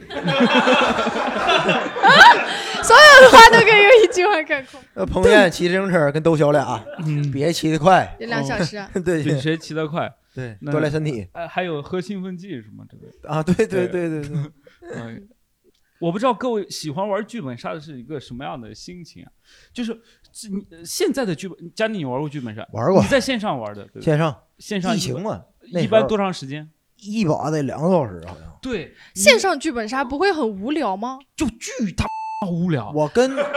所有的话都可以用一句话概括。 呃，彭晏骑自行车跟窦骁俩，嗯，别骑得快， 有两小时啊。 对， 比谁骑得快？ 对，锻炼身体。 呃，还有喝兴奋剂什么这个啊，对对对对对。 嗯。我不知道各位喜欢玩剧本杀的是一个什么样的心情啊？就是现在的剧本，佳宁，你玩过剧本杀？ 玩过。 你在线上玩的？对线上。 线上疫情嘛， 一般多长时间？ 一把得两个小时，好像。 对， 线上剧本杀不会很无聊吗？ 就巨他妈无聊。 我跟巨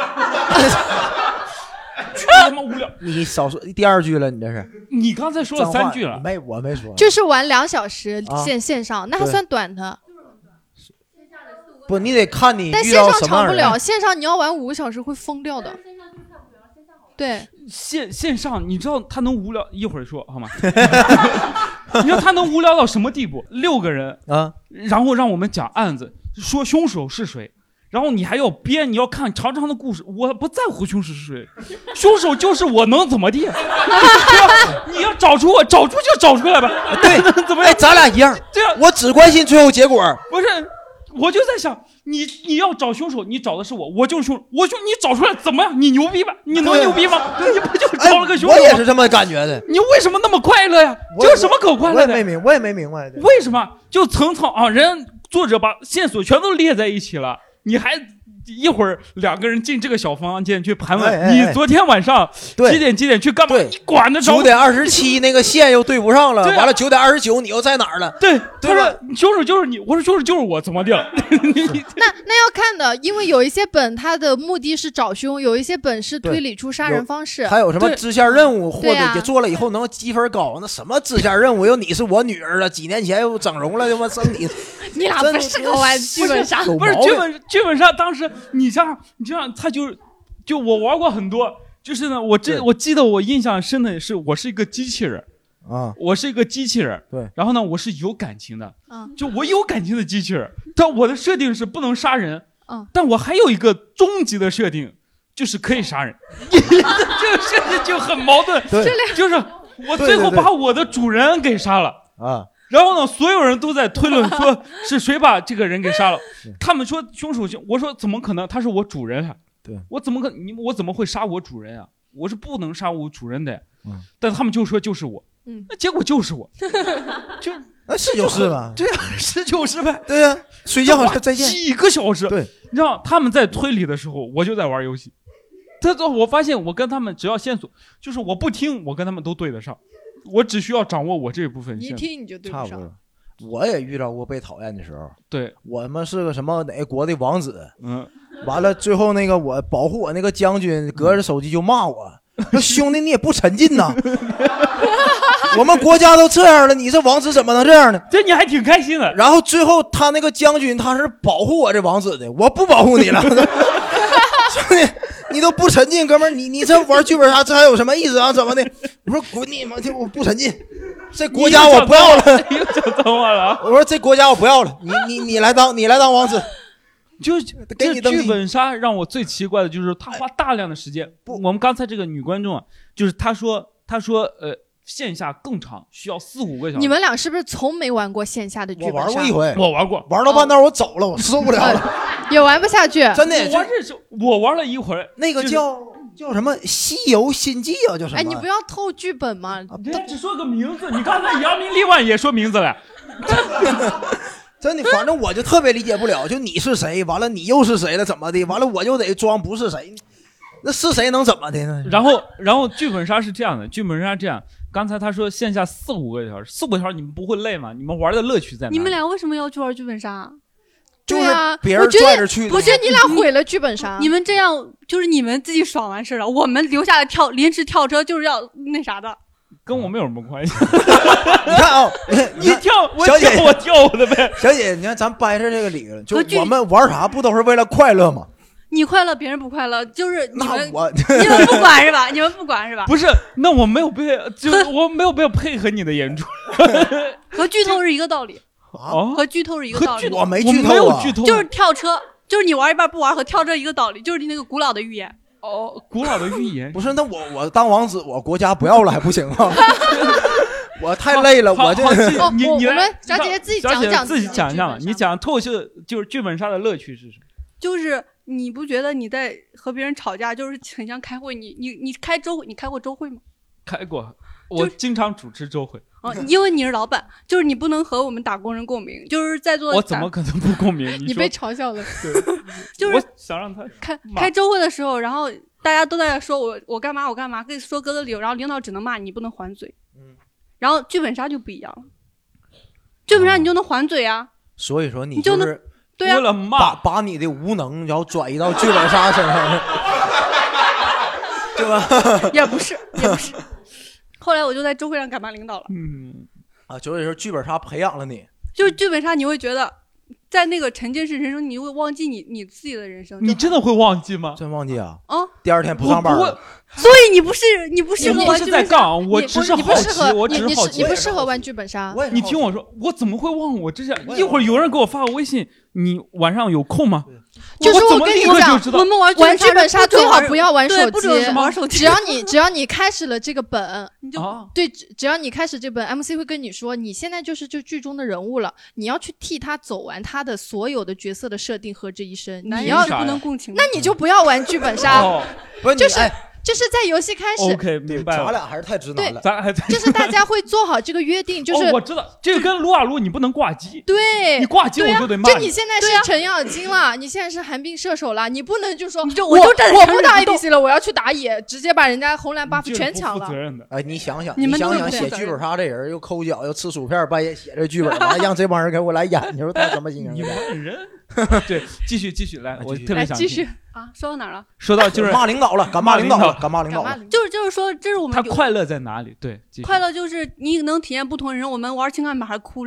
他妈无聊。 你少说第二句了，你这是？ 你刚才说了三句了。 没，我没说。 就是玩两小时线、 啊、 线上，那还算短的。 不，你得看你但线上长不了，线上你要玩五个小时会疯掉的。对， 线线上你知道他能无聊，一会儿说好吗？你知道他能无聊到什么地步？六个人啊， 然后让我们讲案子，说凶手是谁，然后你还要编，你要看长长的故事。我不在乎凶手是谁，凶手就是我，能怎么地？你要找出我，找出就找出来吧。 对， 怎么样？ 哎，咱俩一样。 对啊， 我只关心最后结果。 不是。我就在想，你你要找凶手，你找的是我，我就是凶手，我就你找出来怎么样？你牛逼吧？你能牛逼吗？你不就找了个凶手吗？ 我也是这么感觉的。 你为什么那么快乐呀？这有什么可快乐的？ 我也没明，我也没明白。 为什么就层层啊？人作者把线索全都列在一起了，你还一会儿两个人进这个小房间去盘问， 哎哎哎你昨天晚上几点几点去干嘛？你管得着？ 九点二十七那个线又对不上了，啊、完了九点二十九你又在哪儿了？ 对， 对他说凶手就是你，我说凶手就是我，怎么的？ 那那要看的，因为有一些本它的目的是找凶，有一些本是推理出杀人方式， 还有什么支线任务，或者做了以后能积分高，那什么支线任务？又你是我女儿了，几年前又整容了，他妈生你， 你俩不适合玩剧本杀， 不是剧本剧本杀，当时你像你这样，他就就我玩过很多，就是呢，我这我记得我印象深的是，我是一个机器人。 啊， 我是一个机器人， 对， 然后呢，我是有感情的，啊，就我有感情的机器人，但我的设定是不能杀人， 嗯， 但我还有一个终极的设定，就是可以杀人。这个设定就很矛盾，就是我最后把我的主人给杀了啊。 然后呢，所有人都在推论说是谁把这个人给杀了。他们说凶手凶，我说怎么可能？他是我主人啊！ 对， 我怎么可你我怎么会杀我主人啊？我是不能杀我主人的。 嗯， 但他们就说就是我， 嗯， 那结果就是我，就那是就是吧？ 对呀，是就是呗。 对呀，睡觉再见几个小时。 对， 你知道他们在推理的时候，我就在玩游戏。这我发现我跟他们只要线索，就是我不听，我跟他们都对得上。我只需要掌握我这部分线索， 你一听你就对不上。 我也遇到过被讨厌的时候， 对我们是个什么哪个国的王子， 嗯， 完了最后那个我保护我那个将军隔着手机就骂我，说兄弟你也不沉浸呐，我们国家都这样了，你这王子怎么能这样呢？ 这你还挺开心的。 然后最后他那个将军他是保护我这王子的，我不保护你了，兄弟你都不沉浸，哥们儿，你你这玩剧本杀这还有什么意思啊？怎么的？我说滚你妈！我不沉浸，这国家我不要了。 又讲脏话了。 我说这国家我不要了，你你你来当你来当王子。 就给你登记。 剧本杀让我最奇怪的就是他花大量的时间。不，我们刚才这个女观众啊，就是她说她说呃线下更长，需要四五个小时。 你们俩是不是从没玩过线下的剧本杀？ 我玩过一回， 我玩过， 玩到半道我走了，我受不了了， 也玩不下去。 真的， 我认识我玩了一会儿， 那个叫叫什么《西游新记》啊，叫什么？ 哎，你不要透剧本嘛！ 他只说个名字，你刚才扬名立万也说名字了。 真的，反正我就特别理解不了，就你是谁，完了你又是谁了，怎么的？完了我就得装不是谁，那是谁能怎么的呢？ 然后，然后剧本杀是这样的，剧本杀这样。刚才他说线下四五个小时，四五个小时你们不会累吗？你们玩的乐趣在哪？ 你们俩为什么要去玩剧本杀？ 就是别人拽着去的。 不是你俩毁了剧本杀。 你们这样就是你们自己爽完事了，我们留下来跳临时跳车就是要那啥的。 跟我没有什么关系。 你看啊， 你跳，我小姐跳，我跳我的呗。 小姐，你看咱掰扯这个理论，就我们玩啥不都是为了快乐吗？ 你快乐，别人不快乐，就是你们， 我你们不管是吧？你们不管是吧？ 不是，那我没有被，就我没有被配合你的演出， 和剧透是一个道理。 啊， 和剧透是一个道理。 我没剧透啊， 我没有剧透， 就是跳车，就是你玩一半不玩和跳车一个道理，就是那个古老的预言。 哦，古老的预言不是？那我我当王子，我国家不要了还不行吗？我太累了，我这你你我们小姐姐自己讲讲自己讲一下吧。你讲脱口秀就是剧本杀的乐趣是什么？ 就是你不觉得你在和别人吵架，就是很像开会？你你你开周会，你开过周会吗？ 开过，我经常主持周会。 哦，因为你是老板，就是你不能和我们打工人共鸣，就是在座。 我怎么可能不共鸣？ 你被嘲笑了。 对， 就是我想让他开开周会的时候，然后大家都在说我我干嘛我干嘛，跟说各个理由，然后领导只能骂你，不能还嘴。嗯。然后剧本杀就不一样了，剧本杀你就能还嘴啊。 所以说你就就是对啊， 为了骂把把你的无能然后转移到剧本杀身上，对吧？ 也不是，也不是。后来我就在周会上敢骂领导了。 嗯， 啊，所以说剧本杀培养了你， 就是剧本杀你会觉得，在那个沉浸式人生，你会忘记你你自己的人生。 你真的会忘记吗？ 真忘记啊！ 啊， 第二天不上班了。 所以你不是你不适合玩剧本杀。 你不是在杠，我只是好奇，我只是好奇。 你不适合玩剧本杀。 你听我说，我怎么会忘？我这是一会儿有人给我发个微信，你晚上有空吗？ 就是我跟你讲， 我们玩玩剧本杀最好不要玩手机， 不准玩手机。 只要你只要你开始了这个本， 你就对，只要你开始这本 M C 会跟你说，你现在就是这剧中的人物了，你要去替他走完他的所有的角色的设定和这一生。你要不能共情， 那你就不要玩剧本杀， 不是就是。就是在游戏开始 ，OK， 明白了。 咱俩还是太直男了， 咱俩还就是大家会做好这个约定，就是、 哦、我知道这个跟撸啊撸你不能挂机， 对， 你挂机我就得骂你。 就你现在是程咬金了，啊、你现在是寒冰射手了，你不能就说你就我我就我不打 A D C 了，我要去打野，直接把人家红蓝 buff 全抢了。 负责任的。 哎，你想想， 你们想想写剧本杀这人又抠脚又吃薯片，半夜写这剧本，完让这帮人给我来演，你说他什么心情？ 你问人。对，继续继续来，我特别想继续啊，说到哪儿了？ 说到就是骂领导了，敢骂领导了，敢骂领导了。 就是就是说，这是我们他快乐在哪里？对， 快乐就是你能体验不同人。我们玩情感版还哭累，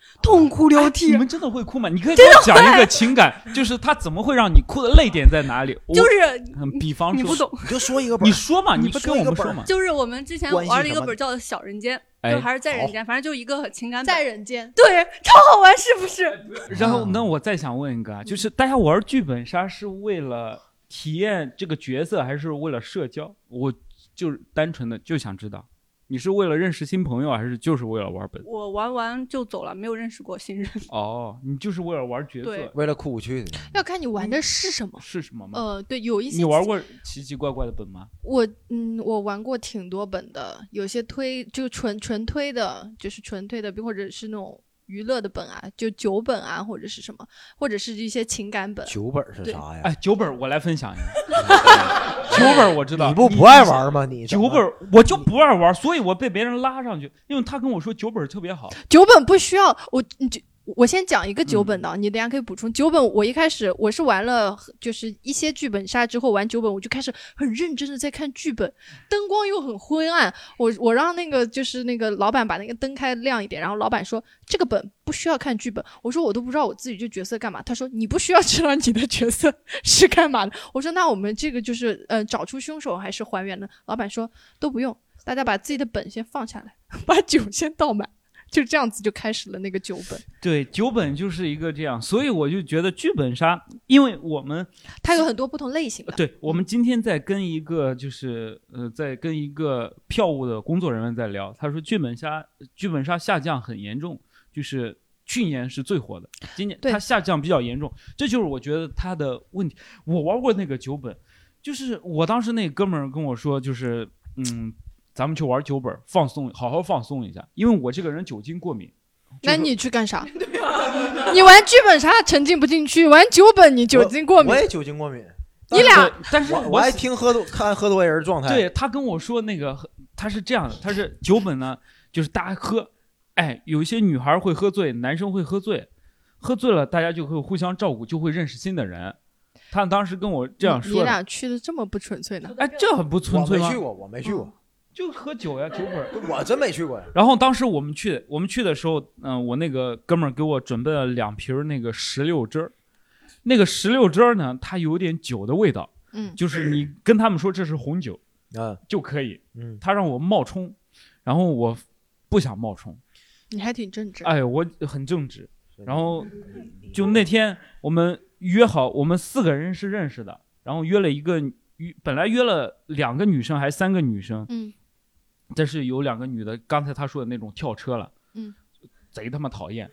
痛哭流涕。 哎、你们真的会哭吗？你可以给我讲一个情感，就是他怎么会让你哭的泪点在哪里？ 就是， 嗯，比方说你不懂， 你就说一个本， 你说嘛， 你不跟我们说嘛。 就是我们之前玩了一个本叫《小人间》，就还是在人间，反正就一个情感在人间， 对，超好玩，是不是？ 然后，那我再想问一个，就是大家玩剧本杀是为了体验这个角色，还是为了社交？我就是单纯的就想知道。你是为了认识新朋友，还是就是为了玩本？ 我玩完就走了，没有认识过新人。 哦，你就是为了玩角色， 为了哭去的。 要看你玩的是什么， 是什么吗？ 呃，对，有一些。 你玩过奇奇怪怪的本吗？ 我嗯，我玩过挺多本的，有些推就纯纯推的，就是纯推的，或者是那种娱乐的本啊，就酒本啊，或者是什么，或者是一些情感本。 酒本是啥呀？ 哎，酒本我来分享一下。酒本我知道， 你不不爱玩吗？你酒本我就不爱玩，所以我被别人拉上去，因为他跟我说酒本特别好。 酒本不需要我，你就。我先讲一个酒本的，嗯、你等一下可以补充。酒本我一开始我是玩了，就是一些剧本杀之后玩酒本，我就开始很认真的在看剧本，灯光又很昏暗。我我让那个就是那个老板把那个灯开亮一点，然后老板说这个本不需要看剧本。我说我都不知道我自己这角色干嘛。他说你不需要知道你的角色是干嘛的。我说那我们这个就是呃找出凶手还是还原呢？老板说都不用，大家把自己的本先放下来，把酒先倒满。就这样子就开始了那个酒本。 对，酒本就是一个这样，所以我就觉得剧本杀，因为我们它有很多不同类型的。 对，我们今天在跟一个就是呃，在跟一个票务的工作人员在聊，他说剧本杀剧本杀下降很严重，就是去年是最火的，今年它下降比较严重，这就是我觉得它的问题。我玩过那个酒本，就是我当时那哥们儿跟我说，就是嗯。咱们去玩酒本，放松，好好放松一下。因为我这个人酒精过敏。 那你去干啥？你玩剧本杀沉浸不进去，玩酒本你酒精过敏。 我, 我也酒精过敏。 你俩， 但是我, 我爱听喝多看喝多人状态。 对，他跟我说那个他是这样的，他是酒本呢，就是大家喝，哎，有一些女孩会喝醉，男生会喝醉，喝醉了大家就会互相照顾，就会认识新的人。他当时跟我这样说的。 你, 你俩去的这么不纯粹呢？ 哎，这很不纯粹吗？ 我没去过，我没去过。嗯就喝酒呀，酒本， 我真没去过呀。 然后当时我们去，我们去的时候，嗯、呃，我那个哥们儿给我准备了两瓶那个石榴汁儿，那个石榴汁儿呢，它有点酒的味道， 嗯， 就是你跟他们说这是红酒， 啊， 就可以， 嗯， 他让我冒充，然后我不想冒充， 你还挺正直， 哎，我很正直，然后就那天我们约好，我们四个人是认识的，然后约了一个，本来约了两个女生还三个女生， 嗯。 但是有两个女的，刚才他说的那种跳车了， 嗯， 贼他妈讨厌。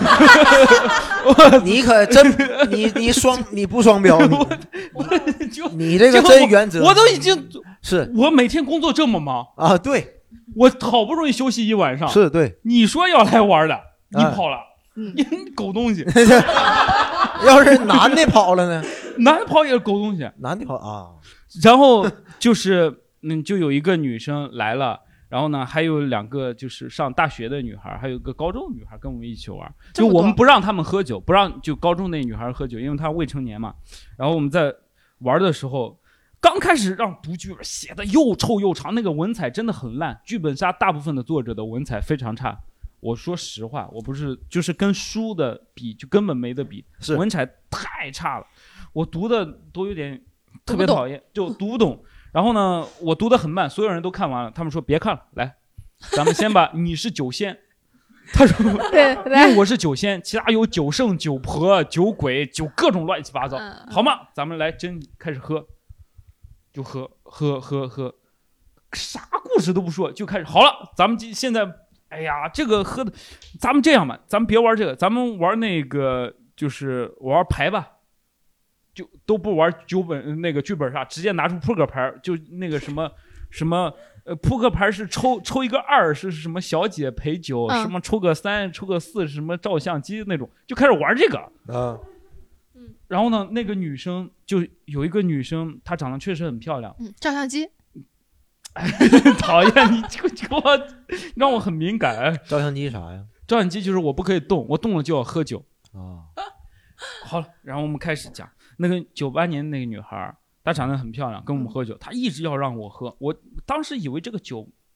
你可真，你你双你不双标，你你你这个真原则， 我都已经是我每天工作这么忙啊，对， 我好不容易休息一晚上， 是对， 你说要来玩的，你跑了， 嗯， 你狗东西。 要是男的跑了呢？ 男的跑也是狗东西， 男的跑啊。 然后就是。嗯，就有一个女生来了，然后呢，还有两个就是上大学的女孩，还有一个高中的女孩跟我们一起玩。就我们不让他们喝酒，不让就高中那女孩喝酒，因为她未成年嘛。然后我们在玩的时候，刚开始让读剧本写的又臭又长，那个文采真的很烂。剧本杀大部分的作者的文采非常差。我说实话，我不是就是跟书的比，就根本没得比， 是文采太差了。我读的都有点特别讨厌，就读不懂。然后呢，我读得很慢，所有人都看完了，他们说别看了，来，咱们先把你是酒仙，他说对， 因为我是酒仙，其他有酒圣、酒婆、酒鬼、酒各种乱七八糟， 嗯、 好吗？咱们来真开始喝，就喝喝喝喝，啥故事都不说就开始好了。咱们现在，哎呀，这个喝的，咱们这样吧，咱们别玩这个，咱们玩那个，就是玩牌吧。就都不玩酒本那个剧本杀，直接拿出扑克牌，就那个什么什么呃，扑克牌是抽抽一个二是什么小姐陪酒， 嗯、 什么抽个三抽个四是什么照相机那种，就开始玩这个啊。 嗯， 然后呢，那个女生就有一个女生，她长得确实很漂亮。 嗯，照相机。 讨厌你就给我让我很敏感。 照相机啥呀？ 照相机就是我不可以动，我动了就要喝酒啊。 好了，然后我们开始讲。那个九八年那个女孩，她长得很漂亮，跟我们喝酒，她一直要让我喝。我当时以为这个酒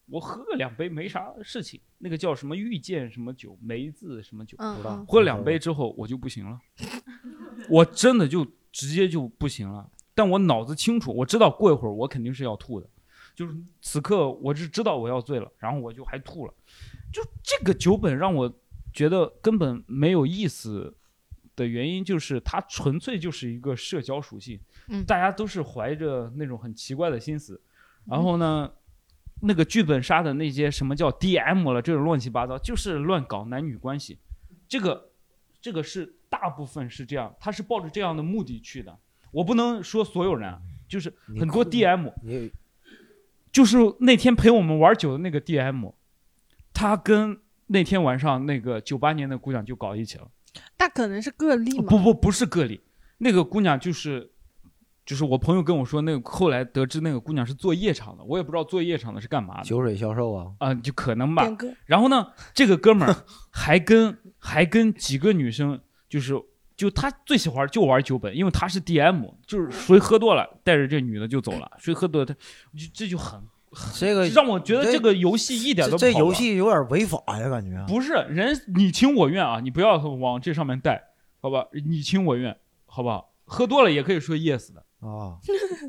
我喝个两杯没啥事情，那个叫什么遇见什么酒，梅子什么酒， 嗯嗯、 喝了两杯之后我就不行了，我真的就直接就不行了。但我脑子清楚，我知道过一会儿我肯定是要吐的，就是此刻我是知道我要醉了，然后我就还吐了。就这个酒本让我觉得根本没有意思的原因，就是它纯粹就是一个社交属性， 嗯、 大家都是怀着那种很奇怪的心思，然后呢。嗯那个剧本杀的那些什么叫 D M 了，这种乱七八糟，就是乱搞男女关系。这个，这个是大部分是这样，他是抱着这样的目的去的。我不能说所有人，就是很多 D M， 就是那天陪我们玩酒的那个 D M， 他跟那天晚上那个九八年的姑娘就搞一起了。 那可能是个例吗？ 不不不是个例，那个姑娘就是。就是我朋友跟我说，那个后来得知那个姑娘是做夜场的，我也不知道做夜场的是干嘛的。 酒水销售啊， 啊、呃，就可能吧。然后呢，这个哥们儿还跟还跟几个女生，就是就他最喜欢就玩酒本，因为他是 D M， 就是谁喝多了带着这女的就走了，谁喝多了他，就这就很这个让我觉得这个游戏一点都不好这游戏有点违法呀，感觉。 不是人你情我愿啊，你不要往这上面带，好吧？你情我愿，好不好？喝多了也可以说 yes 的。 啊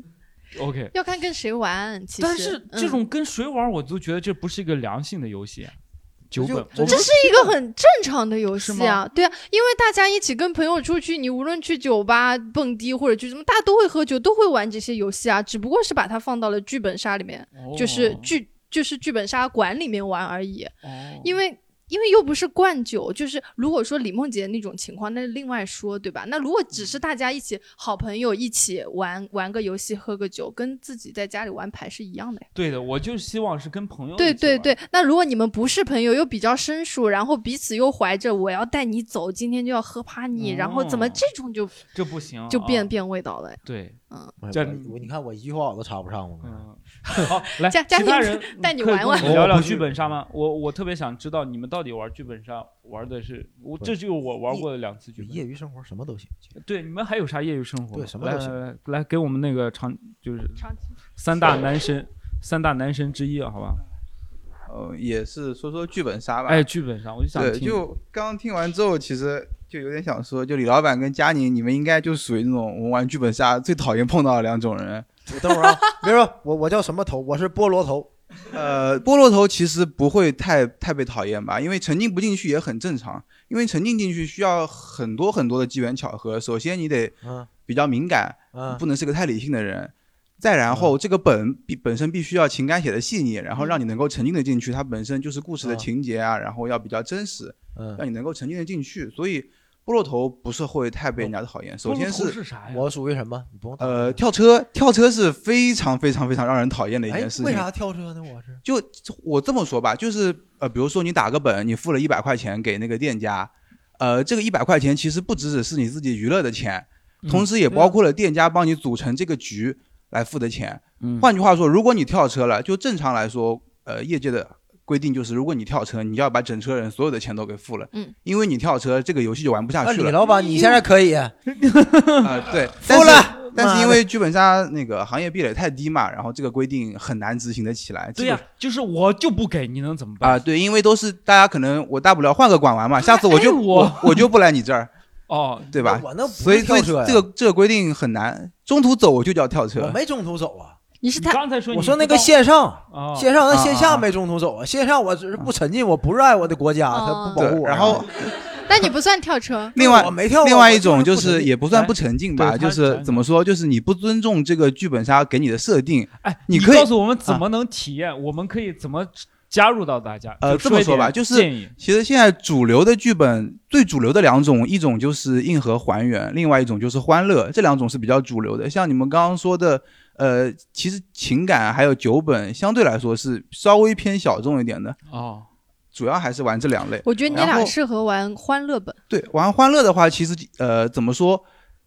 ，OK， 要看跟谁玩。其实， 但是这种跟谁玩，我都觉得这不是一个良性的游戏、啊。酒本， 这是一个很正常的游戏啊，对啊，因为大家一起跟朋友出去，你无论去酒吧蹦迪或者去什么，大家都会喝酒，都会玩这些游戏啊，只不过是把它放到了剧本杀里面，哦、就是剧就是剧本杀馆里面玩而已，哦、因为。因为又不是灌酒，就是如果说李梦洁那种情况，那是另外说，对吧？那如果只是大家一起好朋友一起玩玩个游戏，喝个酒，跟自己在家里玩牌是一样的呀。 对的，我就希望是跟朋友一起对对对，那如果你们不是朋友，又比较生疏，然后彼此又怀着我要带你走，今天就要喝趴你，嗯、然后怎么这种就这不行， 就变、啊、变味道了呀。 对， 嗯， 这你看我一句话我都插不上吗？ 嗯，好，来， 其他人带你玩玩， 聊聊剧本杀吗？我我特别想知道你们到底玩剧本杀玩的是，我这就是我玩过的两次剧本。 业余生活什么都行。 对，你们还有啥业余生活？ 对，什么都行。 来来来，给我们那个长就是三大男神，三大男神之一，好吧？ 呃，也是说说剧本杀吧。 哎，剧本杀，我就想听。 对，就刚听完之后，其实就有点想说，就李老板跟佳宁，你们应该就属于那种我们玩剧本杀最讨厌碰到的两种人。 等会儿啊，别说我我叫什么头，我是菠萝头。 呃，菠萝头其实不会太太被讨厌吧，因为沉浸不进去也很正常。因为沉浸进去需要很多很多的机缘巧合，首先你得比较敏感， 嗯、 不能是个太理性的人。再然后，这个本必本身必须要情感写的细腻，然后让你能够沉浸的进去，它本身就是故事的情节啊，然后要比较真实，让你能够沉浸的进去。所以菠萝头不是会太被人家讨厌。首先是， 是啥呀？ 我属于什么？你不用呃，跳车，跳车是非常非常非常让人讨厌的一件事情。 为啥跳车呢？我是就我这么说吧，就是呃，比如说你打个本，你付了一百块钱给那个店家，呃，这个一百块钱其实不只只是你自己娱乐的钱，同时也包括了店家帮你组成这个局来付的钱。 嗯， 换句话说，如果你跳车了，就正常来说，呃，业界的规定就是，如果你跳车，你要把整车人所有的钱都给付了。 嗯， 因为你跳车，这个游戏就玩不下去了。 李老板，你现在可以啊、呃？对， 付了。 但是因为剧本杀那个行业壁垒太低嘛，然后这个规定很难执行得起来。 对呀、啊，就是我就不给你能怎么办啊、呃？对，因为都是大家可能我大不了换个馆玩嘛，下次我就、 哎、我我就不来你这儿。 哦， 对吧？ 我那所以所以这个这个规定很难，中途走我就叫跳车。 我没中途走啊。 你是他刚才说我说那个线上， 哦、 线上那线下没中途走啊。线上我只是不沉浸，我不热爱我的国家， 哦、 他不保护我。 然后， 那你不算跳车。 另外我没跳。 另外一种就是也不算不沉浸吧，就是怎么说，就是你不尊重这个剧本杀给你的设定。 哎， 你可以告诉我们怎么能体验，啊、我们可以怎么加入到大家？ 呃，这么说吧，就是其实现在主流的剧本最主流的两种，一种就是硬核还原，另外一种就是欢乐，这两种是比较主流的。像你们刚刚说的。呃，其实情感还有酒本相对来说是稍微偏小众一点的哦， 主要还是玩这两类。 我觉得你俩适合玩欢乐本。 对，玩欢乐的话，其实呃怎么说，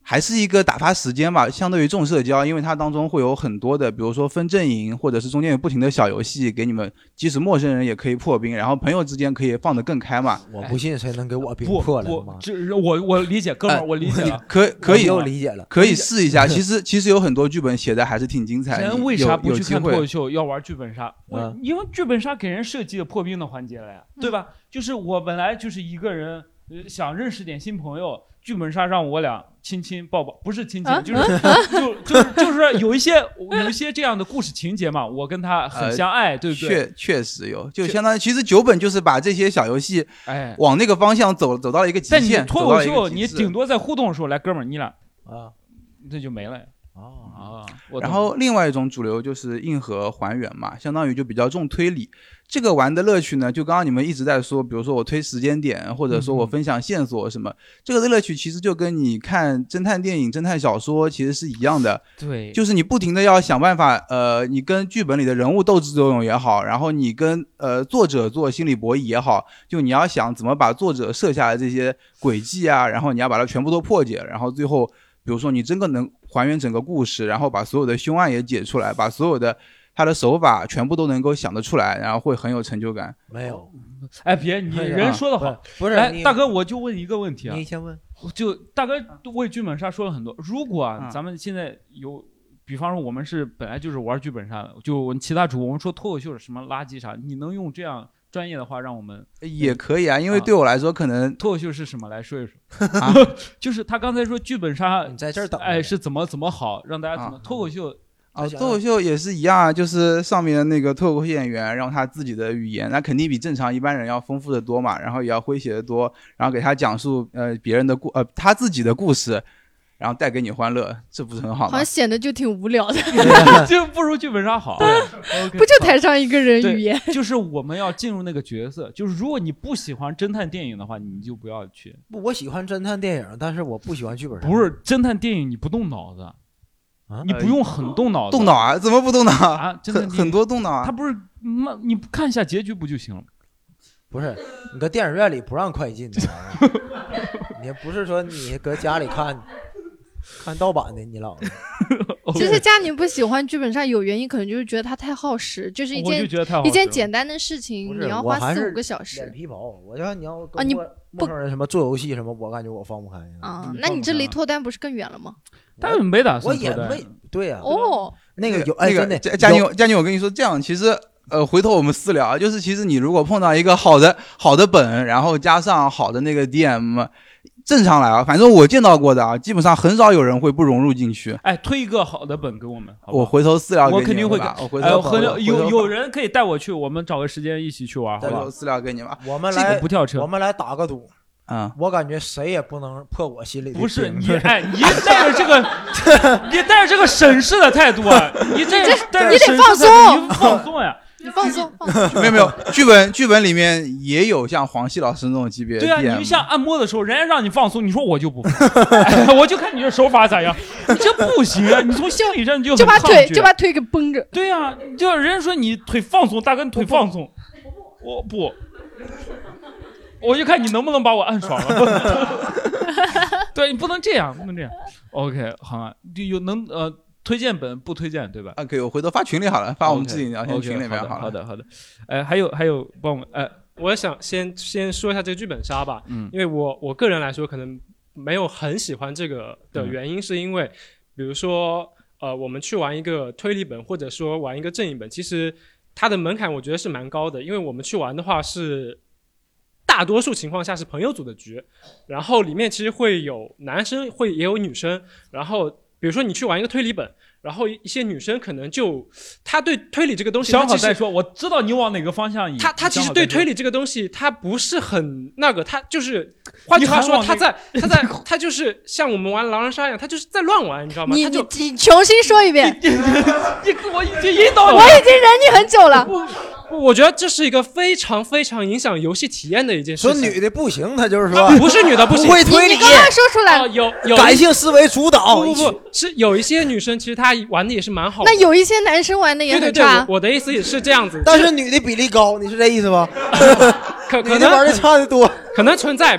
还是一个打发时间吧，相对于重社交，因为它当中会有很多的，比如说分阵营，或者是中间有不停的小游戏给你们，即使陌生人也可以破冰，然后朋友之间可以放得更开嘛。 我不信谁能给我冰破了吗？ 这我我理解，哥们儿，我理解了， 可可以又理解了， 可以试一下。其实其实有很多剧本写的还是挺精彩的。 人为啥不去看脱口秀， 嗯要玩剧本杀？我因为剧本杀给人设计的破冰的环节了呀，对吧？就是我本来就是一个人。想认识点新朋友，剧本杀让我俩亲亲抱抱，不是亲亲，就是就就是就是有一些有一些这样的故事情节嘛，我跟他很相爱，对不对？ 确确实有，就相当于其实九本就是把这些小游戏， 哎， 往那个方向走走到了一个极限。 但你脱口秀，你顶多在互动的时候来，哥们儿，你俩啊，这就没了呀。 啊啊， 然后另外一种主流就是硬核还原嘛，相当于就比较重推理。这个玩的乐趣呢，就刚刚你们一直在说，比如说我推时间点，或者说我分享线索什么，嗯、这个的乐趣其实就跟你看侦探电影、侦探小说其实是一样的。 对， 就是你不停的要想办法，呃，你跟剧本里的人物斗智斗勇也好，然后你跟呃作者做心理博弈也好，就你要想怎么把作者设下的这些轨迹啊，然后你要把它全部都破解，然后最后比如说你真的能还原整个故事，然后把所有的凶案也解出来，把所有的他的手法全部都能够想得出来，然后会很有成就感。 没有， 哎，别你人说的好， 啊、不是， 哎，大哥，我就问一个问题啊， 你先问， 就大哥为剧本杀说了很多，如果啊，嗯、咱们现在有，比方说我们是本来就是玩剧本杀的，就我们其他主播我们说脱口秀什么垃圾啥，你能用这样专业的话让我们也可以啊，因为对我来说，可能脱口秀是什么来说一说啊？就是他刚才说剧本杀， 你在这儿等， 哎，是怎么怎么好，让大家怎么、啊、脱口秀啊？脱口秀也是一样，就是上面的那个脱口秀演员，让他自己的语言，那肯定比正常一般人要丰富的多嘛，然后也要诙谐的多，然后给他讲述呃别人的故呃他自己的故事。然后带给你欢乐，这不是很好吗？ 好像显得就挺无聊的， 就不如剧本杀好。 不就台上一个人语言？ 就是我们要进入那个角色。就是如果你不喜欢侦探电影的话，你就不要去。 不，我喜欢侦探电影，但是我不喜欢剧本杀。 不是侦探电影，你不动脑子啊？你不用很动脑子。 动脑啊？怎么不动脑啊？ 很很多动脑啊。 他不是，那你看一下结局不就行了？ 不是，你搁电影院里不让快进，你不是说你搁家里看。看盗版的，你老子。 其实佳宁不喜欢剧本杀有原因，可能就是觉得它太耗时，就是一件一件简单的事情，你要花四五个小时。 脸皮薄，我要你要啊，你陌生人什么做游戏什么，我感觉我放不开啊。那你这离脱单不是更远了吗？ 但是没打算我也没对呀。 哦， 那个有哎，真的， 佳宁佳宁，我跟你说，这样其实。呃，回头我们私聊，就是其实你如果碰到一个好的好的本，然后加上好的那个 D M， 正常来啊，反正我见到过的啊，基本上很少有人会不融入进去。 哎，推一个好的本给我们，好不好？ 我回头私聊给你， 我肯定会给。 我回头很有有人可以带我去，我们找个时间一起去玩，好吧？ 私聊给你吧。 我们来不跳车， 我们来打个赌。 嗯， 我感觉谁也不能破我心里的。 不是你，哎，你带着这个，你带着这个审视的态度啊，你这你得放松， 你放松呀。 你放松， 没有没有，剧本剧本里面也有像黄西老师那种级别的。 对啊，你像按摩的时候，人家让你放松，你说我就不放，哎、我就看你这手法咋样，你这不行啊！你从心理上就就把腿就把腿给绷着。 对呀、啊，就人家说你腿放松，大哥你腿放松，我不，我就看你能不能把我按爽了。对你不能这样，不能这样。OK， 好啊，有能呃。推荐本不推荐对吧？ 啊，可以，我回头发群里好了，发我们自己聊天群里面好了。 好的，好的。哎，还有还有，帮我们哎， 我想先先说一下这个剧本杀吧，嗯，因为我我个人来说可能没有很喜欢这个的原因，是因为、嗯、比如说呃，我们去玩一个推理本，或者说玩一个正义本，其实它的门槛我觉得是蛮高的，因为我们去玩的话是大多数情况下是朋友组的局，然后里面其实会有男生，会也有女生，然后。比如说你去玩一个推理本，然后一些女生可能就她对推理这个东西想好再说，我知道你往哪个方向移。 她她其实对推理这个东西她不是很那个，她就是换句话说，她在她在她就是像我们玩狼人杀一样，她就是在乱玩，你知道吗？ 你你你重新说一遍。 你你我已经引导你， 我已经忍你很久了。 我觉得这是一个非常非常影响游戏体验的一件事情。 说女的不行，他就是说不是女的不行， 不会推理。 你刚刚说出来、 呃、有有感性思维主导。 不不不，是有一些女生其实她玩的也是蛮好的。 那有一些男生玩的也很差。 对对对，我的意思也是这样子。 但是女的比例高，你是这意思吗？ 可可能玩的差的多， 可能存在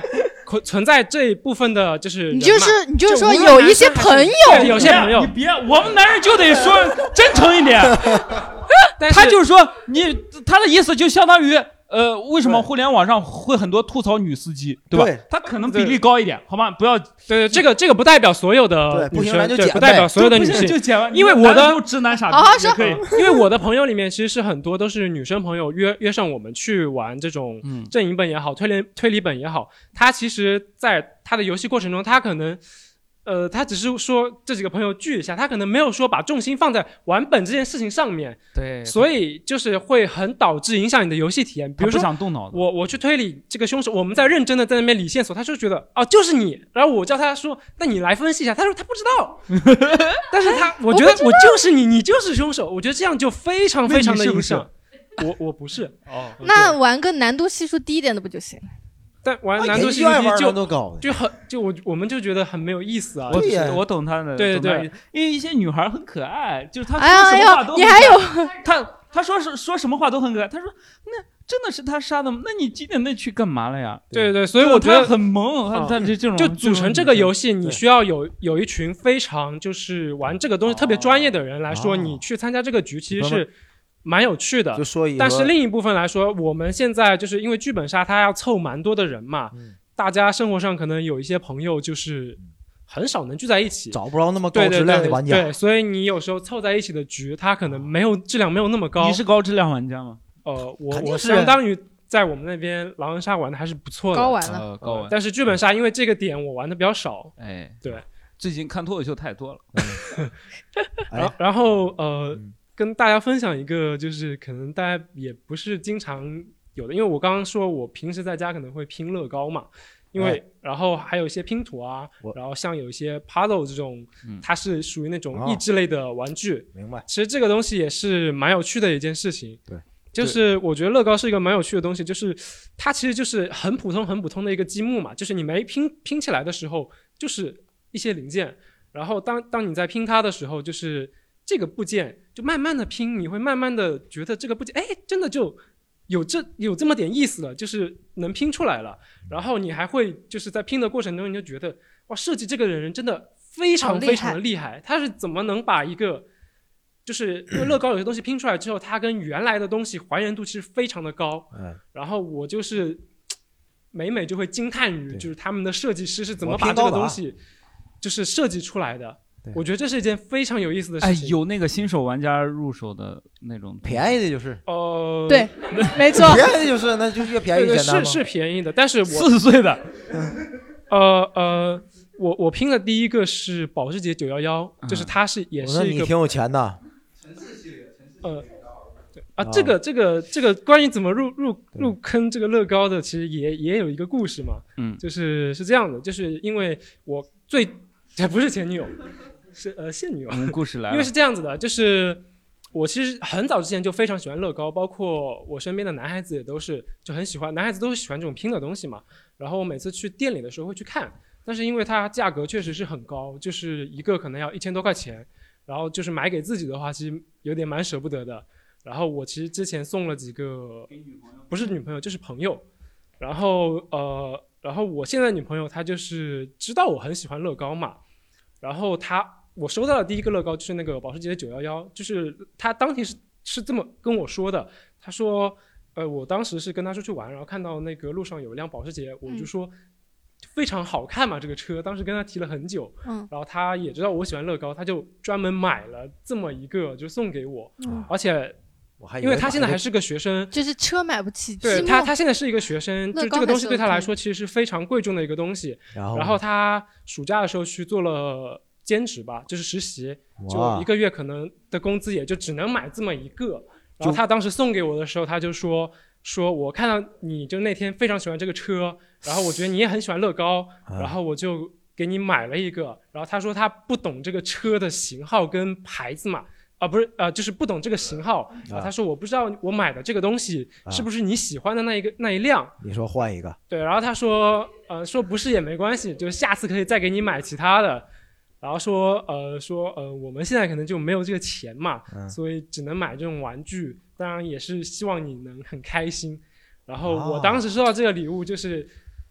存在这一部分的，就是你就是你就是说就有一些朋友， 对有些朋友， 你别，我们男人就得说真诚一点。 但是他就是说你，他的意思就相当于。呃，为什么互联网上会很多吐槽女司机，对吧？ 对他可能比例高一点，好吧？不要， 对对，这个这个不代表所有的女生，对，不代表所有的女性， 就剪完， 因为我的直男傻逼， 好好说， 可以。 因为我的朋友里面其实是很多都是女生朋友约约上我们去玩这种阵营本也好，推理推理本也好，他其实在他的游戏过程中，他可能。呃，他只是说这几个朋友聚一下，他可能没有说把重心放在玩本这件事情上面， 对， 所以就是会很导致影响你的游戏体验。比如说， 不想动脑子， 我我去推理这个凶手，我们在认真的在那边理线索，他就觉得哦就是你，然后我叫他说，那你来分析一下，他说他不知道，但是他我觉得我就是你，你就是凶手，我觉得这样就非常非常的影响。我我不是哦， 那玩个难度系数低一点的不就行了？ 但玩难度系数低就就很就我我们就觉得很没有意思啊。 我我懂他的， 对对对， 因为一些女孩很可爱，就是她说什么话都你还有她她说是说什么话都很可爱。她说那真的是他杀的吗？那你今天那去干嘛了呀？ 对对，所以我觉得很萌。他他这种就组成这个游戏，你需要有有一群非常就是玩这个东西特别专业的人来说，你去参加这个局其实是。蛮有趣的， 就说一但是另一部分来说，我们现在就是因为剧本杀，它要凑蛮多的人嘛，嗯、大家生活上可能有一些朋友就是很少能聚在一起， 找不着那么高质量的玩家， 对, 对, 对, 对，所以你有时候凑在一起的局，它可能没有质量没有那么高。 你是高质量玩家吗？ 呃，我我相当于在我们那边狼人杀玩的还是不错的， 高玩了， 呃、高玩。 但是剧本杀因为这个点我玩的比较少， 哎， 对， 最近看脱口秀太多了， 然后然后呃。嗯跟大家分享一个，就是可能大家也不是经常有的，因为我刚刚说我平时在家可能会拼乐高嘛，因为、哎、然后还有一些拼图啊，然后像有一些 puzzle 这种，嗯、它是属于那种益智类的玩具。 明白。 其实这个东西也是蛮有趣的一件事情。 对。 就是我觉得乐高是一个蛮有趣的东西，就是它其实就是很普通很普通的一个积木嘛，就是你没拼拼起来的时候，就是一些零件，然后当当你在拼它的时候，就是这个部件就慢慢的拼，你会慢慢的觉得这个部件，哎，真的就有这有这么点意思了，就是能拼出来了。然后你还会就是在拼的过程中，你就觉得哇，设计这个人真的非常非常的厉害，他是怎么能把一个就是因为乐高有些东西拼出来之后，它跟原来的东西还原度其实非常的高。嗯，然后我就是每每就会惊叹于就是他们的设计师是怎么把这个东西就是设计出来的。我觉得这是一件非常有意思的事情。 哎，有那个新手玩家入手的那种便宜的，就是呃， 对，没错， 便宜的就是那就越便宜越简单吗？是是便宜的，但是我四十岁的， 呃呃，我我拼的第一个是保时捷九一一，就是它是也是一个你挺有钱的。 城市系列，城市呃，对啊，这个这个这个关于怎么入入入坑这个乐高的，其实也也有一个故事嘛。嗯，就是是这样的，就是因为我最这不是前女友。是呃现女友， 嗯，故事来了。 因为是这样子的，就是我其实很早之前就非常喜欢乐高，包括我身边的男孩子也都是就很喜欢，男孩子都是喜欢这种拼的东西嘛。然后我每次去店里的时候会去看，但是因为它价格确实是很高，就是一个可能要一千多块钱，然后就是买给自己的话，其实有点蛮舍不得的。然后我其实之前送了几个，不是女朋友就是朋友，然后呃，然后我现在女朋友她就是知道我很喜欢乐高嘛，然后她。我收到的第一个乐高就是那个保时捷九一一，就是他当天是是这么跟我说的，他说，呃，我当时是跟他出去玩，然后看到那个路上有一辆保时捷，我就说非常好看嘛这个车，当时跟他提了很久，嗯，然后他也知道我喜欢乐高，他就专门买了这么一个就送给我，嗯、而且。因为他现在还是个学生， 就是车买不起， 对他，他现在是一个学生，就这个东西对他来说其实是非常贵重的一个东西。然后，然后他暑假的时候去做了兼职吧，就是实习，就一个月可能的工资也就只能买这么一个。然后他当时送给我的时候，他就说说我看到你就那天非常喜欢这个车，然后我觉得你也很喜欢乐高，然后我就给你买了一个。然后他说他不懂这个车的型号跟牌子嘛。啊，不是，呃，就是不懂这个型号啊。他说我不知道我买的这个东西是不是你喜欢的那一个那一辆。 你说换一个。对， 然后他说，呃，说不是也没关系，就是下次可以再给你买其他的。然后说，呃，说，呃，我们现在可能就没有这个钱嘛，嗯、所以只能买这种玩具。当然也是希望你能很开心。然后我当时收到这个礼物，就是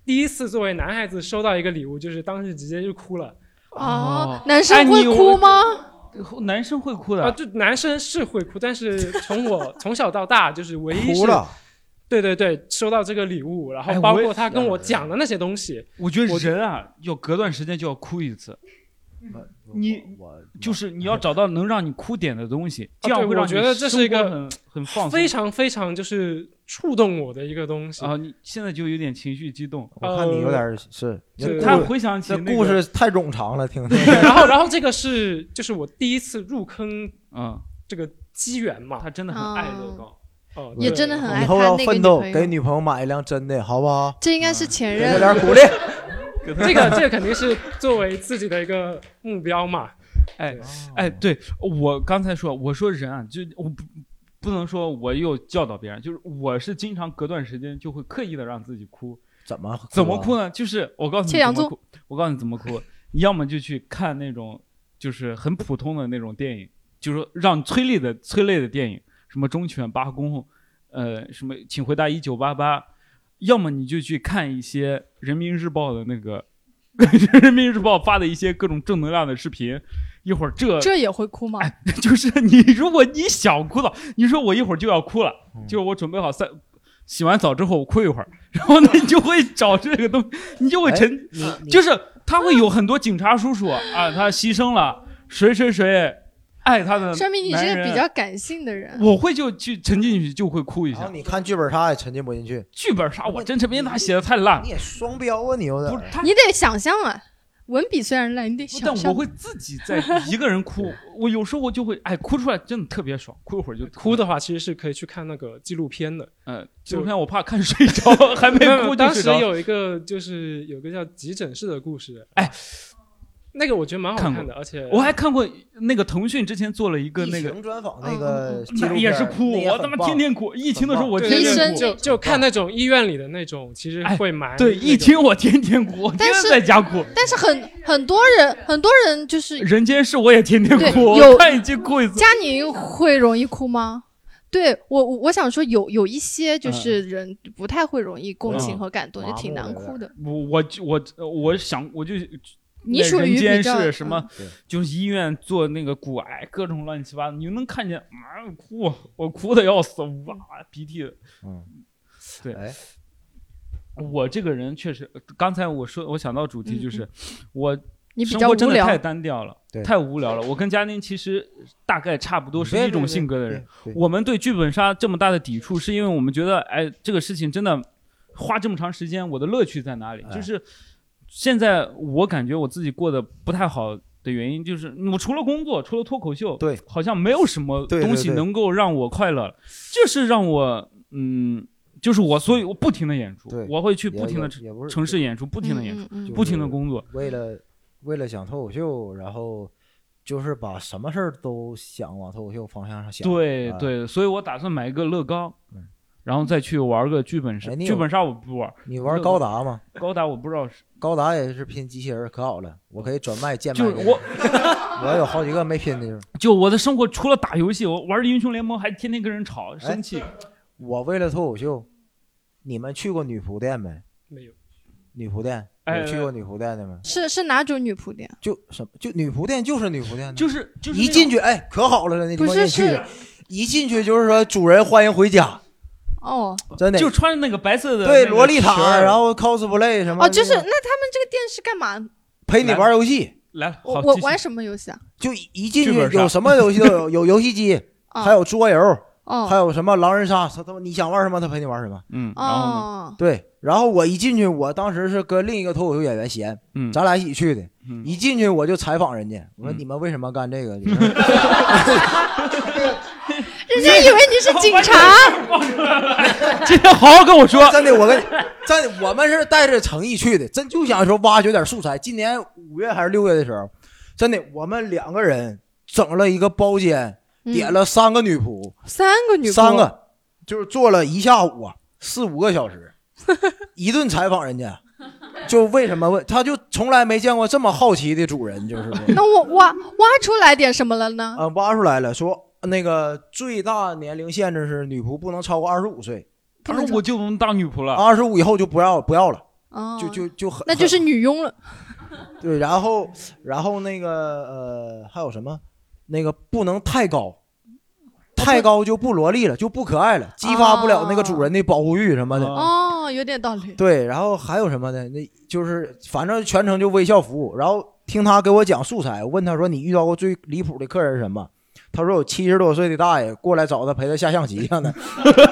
第一次作为男孩子收到一个礼物，就是当时直接就哭了。 哦，男生会哭吗？ 男生会哭的啊，就男生是会哭，但是从我从小到大就是唯一是哭了。 对对对，收到这个礼物，然后包括他跟我讲的那些东西， 哎、我, 我觉得人啊，要隔段时间就要哭一次。你就是你要找到能让你哭点的东西，这样会让你我觉得这是一个很很放松， 非常非常就是触动我的一个东西啊！你现在就有点情绪激动， 我看你有点是， 他回想起这故事太冗长了，听听。 然后，然后这个是就是我第一次入坑啊， 这个机缘嘛， 他真的很爱乐高。 哦， 也真的很爱。 以后要奋斗，给女朋友买一辆真的，好不好？ 这应该是前任。 有点鼓励。 这个这个肯定是作为自己的一个目标嘛。 哎哎，对我刚才说，我说人啊，就我不不能说我又教导别人，就是我是经常隔段时间就会刻意的让自己哭。 怎么哭、啊、 怎么哭呢？就是我告诉你怎么哭，我告诉你怎么哭。你要么就去看那种就是很普通的那种电影，就是让催泪的催泪的电影，什么忠犬八公，呃，什么请回答一九八八。要么你就去看一些人民日报的那个人民日报发的一些各种正能量的视频，一会儿这这也会哭吗？ 哎，就是你如果你想哭了，你说我一会儿就要哭了，嗯、就是我准备好三洗完澡之后我哭一会儿，然后呢你就会找这个东西，你就会沉， 哎、 就是他会有很多警察叔叔啊，他牺牲了谁谁谁。爱他的， 说明你是个比较感性的人。 我会就去沉浸进去，就会哭一下。 你看剧本杀也沉浸不进去。 剧本杀我真是因为他写的太烂了。 你也双标啊，你有点。 你得想象啊，文笔虽然烂，你得想象。 但我会自己在一个人哭，我有时候我就会哎哭出来，真的特别爽，哭一会儿就。 哭的话，其实是可以去看那个纪录片的。 嗯，纪录片我怕看睡着，还没哭就睡着。 当时有一个就是有个叫急诊室的故事， 哎。 那个我觉得蛮好看的，而且我还看过那个腾讯之前做了一个那个专访，那个纪录片也是哭，我他妈天天哭。疫情的时候我天天哭， 就就看那种医院里的那种，其实会蛮、 哎、对。疫情我天天哭，我天天在家哭。 但是很很多人很多人就是人间世我也天天哭， 有看已经哭一次。 佳宁会容易哭吗？对我我想说有有一些就是人不太会容易共情和感动，嗯、就挺难哭的。 我我我我想我就。 你属于人间是什么？嗯、就是医院做那个骨癌，各种乱七八糟，你能看见啊哭，我哭的要死，哇鼻涕。 嗯， 对， 哎、 我这个人确实，刚才我说我想到主题就是，嗯、我你生活真的太单调了，太无聊了。我跟佳宁其实大概差不多是一种性格的人。我们对剧本杀这么大的抵触，是因为我们觉得，哎，这个事情真的花这么长时间，我的乐趣在哪里？哎、就是。现在我感觉我自己过得不太好的原因，就是我除了工作，除了脱口秀， 对， 好像没有什么东西能够让我快乐。这是让我，嗯，就是我，所以我不停的演出，我会去不停的城市演出，不停的演出， 嗯嗯、 不停的工作。 为了为了讲脱口秀，然后就是把什么事儿都想往脱口秀方向上想。 对、 啊、 对，所以我打算买一个乐高。嗯，然后再去玩个剧本杀， 哎、 剧本杀我不玩。 你玩高达吗？ 高达我不知道是。 高达也是拼机器人，可好了，我可以转卖贱卖。 就是我， 我有好几个没拼的。 就我的生活除了打游戏，我玩英雄联盟还天天跟人吵，生气。 哎、我为了脱口秀，你们去过女仆店没？ 没有。 女仆店， 哎、 有去过女仆店的吗？ 是是哪种女仆店？ 就什么？就女仆店就是女仆店， 就是就是一进去，哎，可好了，那地方不是是， 一进去就是说主人欢迎回家。 哦， 真的就穿着那个白色的对洛丽塔，然后 cosplay 什么哦，就是那他们这个店是干嘛？ 陪你玩游戏。 来， 我我玩什么游戏啊？ 就一进去有什么游戏都有，有游戏机，还有桌游， 哦， 还有什么狼人杀，他他你想玩什么，他陪你玩什么。 嗯，然后呢？ 对，然后我一进去，我当时是跟另一个脱口秀演员闲， 嗯， 咱俩一起去的。 嗯， 一进去我就采访人家，我说你们为什么干这个？ 人家以为你是警察。 今天好好跟我说， 真的，我跟你真的，我们是带着诚意去的，真就想说挖掘点素材。今年五月还是六月的时候，真的，我们两个人整了一个包间， 嗯、 点了三个女仆， 三个女仆， 三个，就是做了一下午啊，四五个小时，一顿采访人家。就为什么问他就从来没见过这么好奇的主人，就是那我挖挖出来点什么了呢？ 啊、呃，挖出来了，说那个最大年龄限制是女仆不能超过二十五岁， 二十五就能当女仆了， 二十五以后就不要不要了。 哦， 就就就很那就是女佣了。 对，然后然后那个呃还有什么？那个不能太高，太高就不萝莉了，就不可爱了，激发不了那个主人的保护欲什么的。 哦，有点道理。 对，然后还有什么呢？那就是反正全程就微笑服务。然后听他给我讲素材，我问他说你遇到过最离谱的客人是什么？他说有七十多岁的大爷过来找他陪他下象棋样的。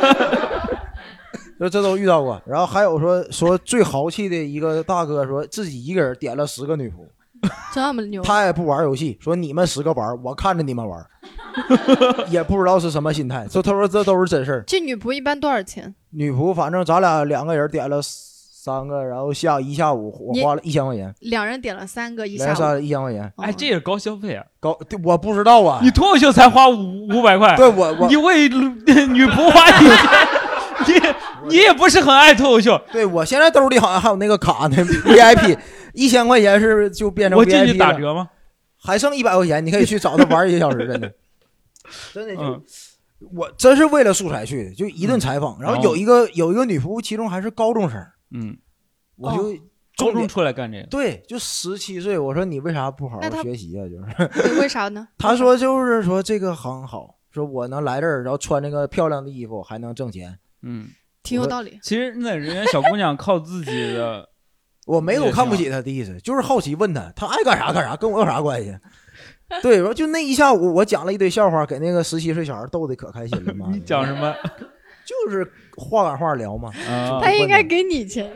就这都遇到过。然后还有说说最豪气的一个大哥说自己一个人点了十个女仆， 这么牛。 他也不玩游戏，说你们十个玩，我看着你们玩。也不知道是什么心态，就他说这都是真事儿。 这女仆一般多少钱？ 女仆反正咱俩两个人点了三个，然后下一下午我花了一千块钱。 两人点了三个，一下午三一千块钱。 哎，这也是高消费啊！ 高，我不知道啊。 你脱口秀才花五五百块， 对我我你为女仆花一千，你你也不是很爱脱口秀。 对我现在兜里好像还有那个卡呢 ，V I P， 一千块钱是就变成 V I P 了。 我进去打折吗？ 还剩一百块钱，你可以去找他玩一个小时，真的。真的就、 嗯、 我真是为了素材去的，就一顿采访、嗯。然后有一个有一个女仆，其中还是高中生， 嗯， 我就、哦、 高中出来干这个， 对，就十七岁。我说你为啥不好好学习啊？就是为啥呢？ 他说就是说这个行好，说我能来这儿，然后穿这个漂亮的衣服，还能挣钱， 嗯， 挺有道理。 其实那人家小姑娘靠自己的， 我没有看不起她的意思，就是好奇问她，她爱干啥干啥，跟我有啥关系？对，然后就那一下午，我讲了一堆笑话，给那个十七岁小孩逗得可开心了嘛。 你讲什么？ 就是话赶话聊嘛。 啊、 他应该给你钱。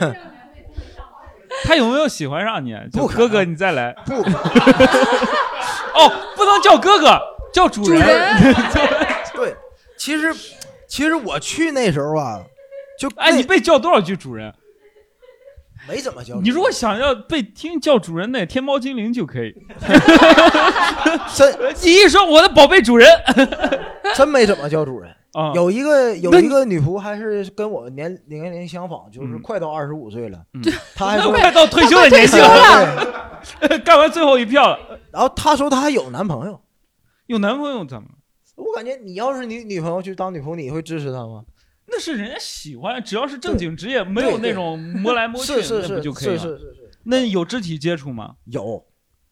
他有没有喜欢上你？ 不， 哥哥，你再来。 不。 哦，不能叫哥哥，叫主人。 主人对，其实其实我去那时候啊，就哎，你被叫多少句主人？ 没怎么叫。 你如果想要被听叫主人，那天猫精灵就可以。 真， 你一说我的宝贝主人， 真没怎么叫主人。 啊、 有一个有一个女仆还是跟我年年龄相仿，就是快到二十五岁了。 嗯， 她还说快到退休的年纪了，干完最后一票了。 然后她说她还有男朋友， 有男朋友怎么？ 我感觉你要是你女朋友去当女仆，你会支持她吗？ 那是人家喜欢，只要是正经职业，没有那种摸来摸去， 是是是， 那不就可以了？ 是是是是。 那有肢体接触吗？ 有。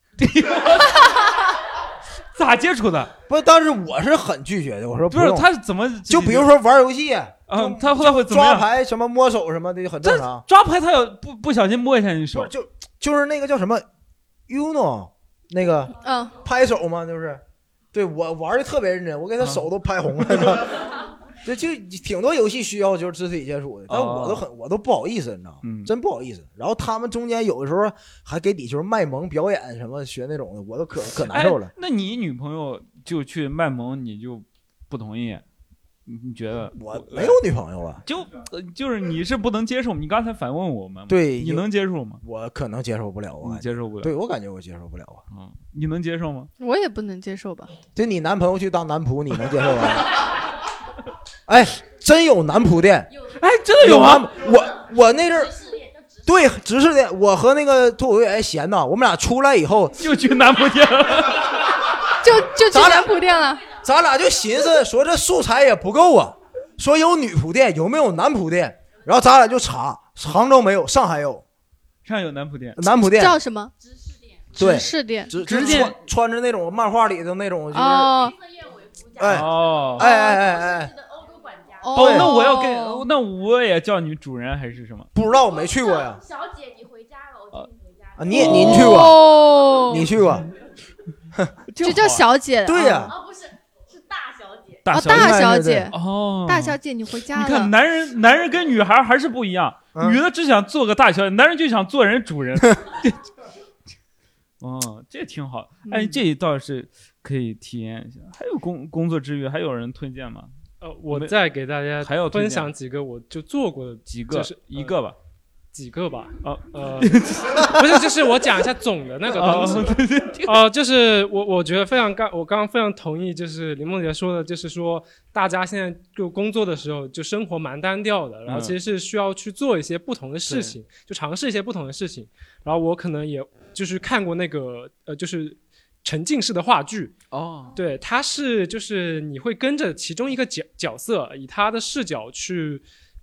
咋接触的？ 不，但是我是很拒绝的。我说不是，他怎么就比如说玩游戏， 嗯，他会会怎么抓牌什么摸手什么的很正常。 抓牌他要不不小心摸一下你手， 就就是那个叫什么 ，Uno 那个， 嗯， 拍手嘛，就是。对我玩的特别认真，我给他手都拍红了。对，就挺多游戏需要就是肢体接触的，但我都很我都不好意思，你知道吗？ 嗯， 真不好意思。然后他们中间有的时候还给你就是卖萌表演什么学那种的，我都可可难受了。 哎、那你女朋友就去卖萌，你就不同意？你觉得？ 我没有女朋友啊， 就就是你是不能接受。你刚才反问我们， 对， 你能接受吗？ 我可能接受不了，我接受不了。 对我感觉我接受不了啊。 嗯，你能接受吗？ 我也不能接受吧。 对你男朋友去当男仆，你能接受吗？哎，真有男仆店， 哎，真的有吗？ 我我那阵儿，对，直视店，我和那个脱口秀演员闲呐，我们俩出来以后就去男仆店了， 就就去男仆店了。 咱俩就寻思说这素材也不够啊，说有女仆店，有没有男仆店？然后咱俩就查，杭州没有，上海有， 上海有男仆店， 男仆店叫什么？ 直视店，对， 直视店， 直直穿穿着那种漫画里的那种，就是哦， 哎哦， 哎哎哎哎。 哦，那我要跟那我也叫你主人还是什么？ 不知道，我没去过呀。 小姐，你回家了，我请你回家。 啊，你也您去过？ 哦， 你去过？ 就叫小姐。 对呀。 哦，不是，是大小姐。 哦，大小姐。 哦， 大小姐，你回家了。 你看，男人男人跟女孩还是不一样，女的只想做个大小姐，男人就想做人主人。哦，这挺好。哎，这倒是可以体验一下。还有工工作之余，还有人推荐吗？ 呃，我再给大家还要分享几个我就做过的几个， 就是一个吧， 几个吧。哦，呃，不是，就是我讲一下总的那个东西。哦、呃，就是我我觉得非常刚，我刚刚非常同意，就是林梦洁说的，就是说大家现在就工作的时候，就生活蛮单调的，然后其实是需要去做一些不同的事情，嗯、就尝试一些不同的事情。然后我可能也就是看过那个呃，就是沉浸式的话剧。 哦， 对，它是就是你会跟着其中一个角角色，以他的视角去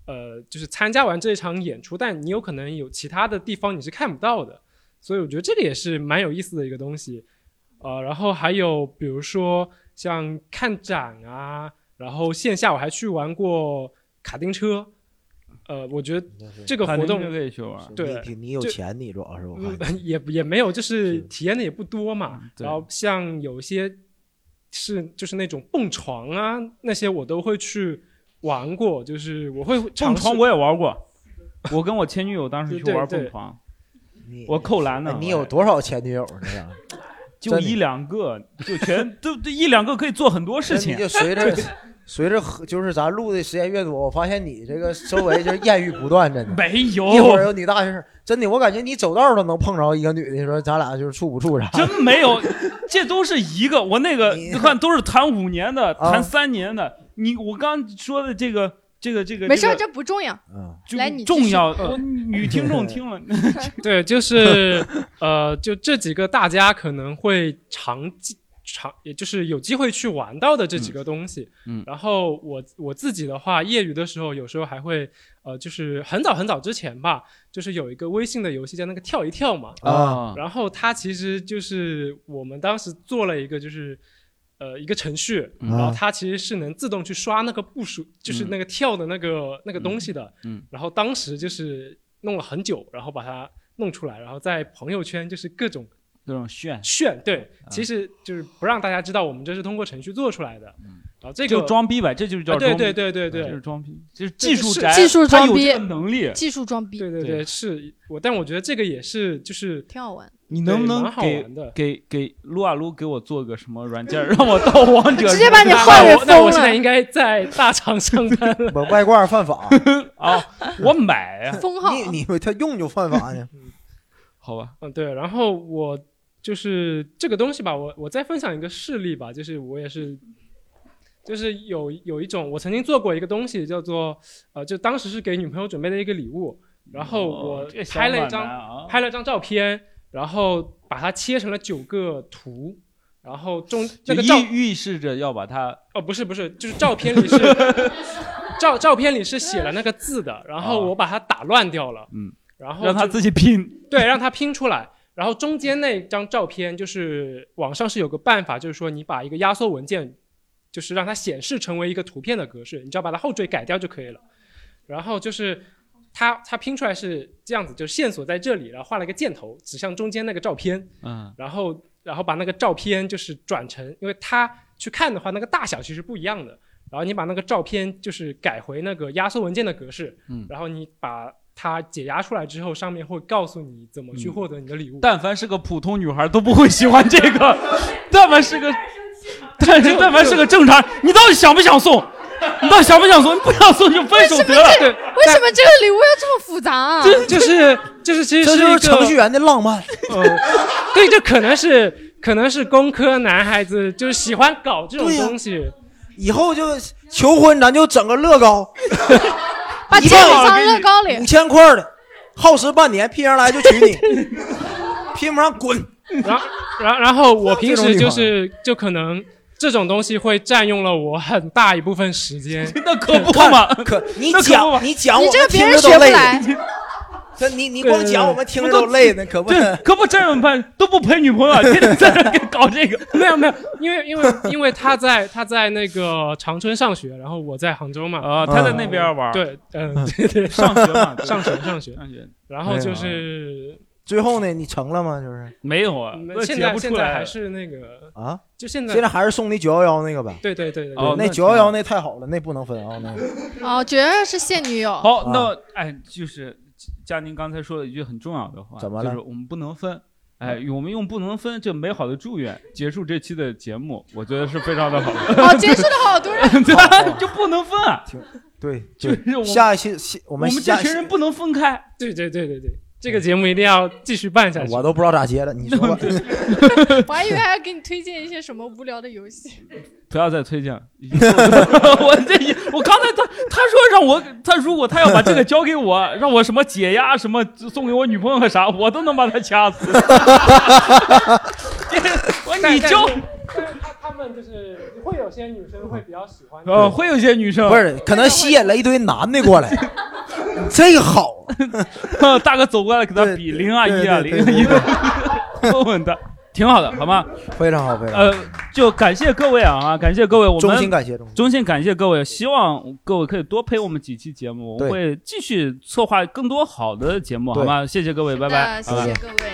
呃，就是参加完这一场演出，但你有可能有其他的地方你是看不到的，所以我觉得这个也是蛮有意思的一个东西。呃，然后还有比如说像看展啊，然后线下我还去玩过卡丁车。呃，我觉得这个活动可以去玩， 对， 你你有钱，你主要是我看、 嗯、也也没有，就是体验的也不多嘛。然后像有些是就是那种蹦床啊，那些我都会去玩过，就是我会蹦床我也玩过，我跟我前女友当时去玩蹦床，我扣篮呢。 你有多少前女友呢？ 就一两个，就全都一两个可以做很多事情。 就随着。随着就是咱录的时间越多，我发现你这个周围就是艳遇不断，真的。 没有， 一会儿有你大事，真的，我感觉你走道都能碰着一个女的，你说咱俩就是处不处啥？ 真没有，这都是一个。我那个你看都是谈五年的，谈三年的。啊、你我刚说的这个这个这个， 没事， 这个、 这不重要。 嗯， 来你重要，呃、女听众听了。 对，就是呃，就这几个大家可能会常记。长也就是有机会去玩到的这几个东西， 嗯，嗯然后我我自己的话，业余的时候有时候还会，呃，就是很早很早之前吧，就是有一个微信的游戏叫那个跳一跳嘛， 啊， 然后它其实就是我们当时做了一个就是呃一个程序， 嗯、 然后它其实是能自动去刷那个步数，就是那个跳的那个、嗯、那个东西的， 嗯， 然后当时就是弄了很久，然后把它弄出来，然后在朋友圈就是各种。 那种炫炫对、啊，其实就是不让大家知道我们这是通过程序做出来的，嗯，然后这个就装逼呗，这就是叫装逼， 对对对对对， 就是装逼，就是技术宅， 技术装逼， 能力， 技术装逼， 对对对，是我，但我觉得这个也是就是挺好玩。 你能不能给给给撸啊撸给我做个什么软件，让我到王者？ 直接把你换人疯了。 那我现在应该在大厂上班了。 我外挂犯法啊！我买呀， 封号。 你你他用就犯法呢？ 好吧， 嗯对，然后我。就是这个东西吧，我我再分享一个事例吧，就是我也是，就是有有一种我曾经做过一个东西叫做，呃，就当时是给女朋友准备的一个礼物，然后我拍了一张、哦啊、拍了张照片，然后把它切成了九个图，然后中那个照预示着要把它哦不是不是，就是照片里是照照片里是写了那个字的，然后我把它打乱掉了， 嗯， 然后让他自己拼， 对，让他拼出来。然后中间那张照片就是网上是有个办法，就是说你把一个压缩文件，就是让它显示成为一个图片的格式，你只要把它后缀改掉就可以了。然后就是它它拼出来是这样子，就是线索在这里，然后画了一个箭头指向中间那个照片， 嗯， 然后然后把那个照片就是转成，因为它去看的话那个大小其实不一样的，然后你把那个照片就是改回那个压缩文件的格式， 嗯， 然后你把它解压出来之后，上面会告诉你怎么去获得你的礼物。 嗯、但凡是个普通女孩都不会喜欢这个，但凡是个，但是但凡是个正常，你到底想不想送？你到底想不想送？你不想送就分手得了。 为什么这为什么这个礼物要这么复杂啊？ 就就是就是其实是这就是程序员的浪漫。 嗯，对，这可能是可能是工科男孩子就是喜欢搞这种东西。 啊、以后就求婚，咱就整个乐高。 把钱放乐高里， 五千块的，耗时半年，拼上来就娶你，拼不上滚。 然后，然然后我平时就是就可能这种东西会占用了我很大一部分时间。 那可不嘛？ 可你讲你讲， 你这个别人学不来。 这你你光讲我们听着都累呢，可不可不占用半都不陪女朋友，天天在这给搞这个。 没有没有，因为因为因为他在他在那个长春上学，然后我在杭州嘛。 啊，他在那边玩。 对，嗯，对对， 上学嘛， 上学上学上学。 然后就是最后呢，你成了吗？就是没有啊， 现在现在还是那个啊， 就现在现在还是送你九幺幺那个呗。 对对对对， 那九幺幺那太好了，那不能分啊，那个。 哦，九幺幺是现女友。 好，那哎就是。佳宁刚才说了一句很重要的话， 怎么了？ 就是我们不能分，哎，我们用不能分这美好的祝愿结束这期的节目，我觉得是非常的好。 哦，结束的好多人， 对吧？就不能分啊。 对， 就是我下一期我们我们这群人不能分开。 对对对对对，这个节目一定要继续办下去。 我都不知道咋接了，你说吧。 我还以为还要给你推荐一些什么无聊的游戏。 不要再推荐了。我这我刚才他他说让我他如果他要把这个交给我，让我什么解压什么送给我女朋友和啥，我都能把他掐死。我你教。 他他们分就是会有些女生会比较喜欢。 呃，会有些女生不是，可能吸引了一堆男的过来。这个好， 大哥走过来给他比零啊一啊零啊一的，稳稳的。挺好的，好吗？ 非常好，非常好。 呃，就感谢各位啊，感谢各位，我们衷心感谢， 衷心感谢各位。希望各位可以多陪我们几期节目，我会继续策划更多好的节目，好吗？谢谢各位，拜拜， 谢谢各位。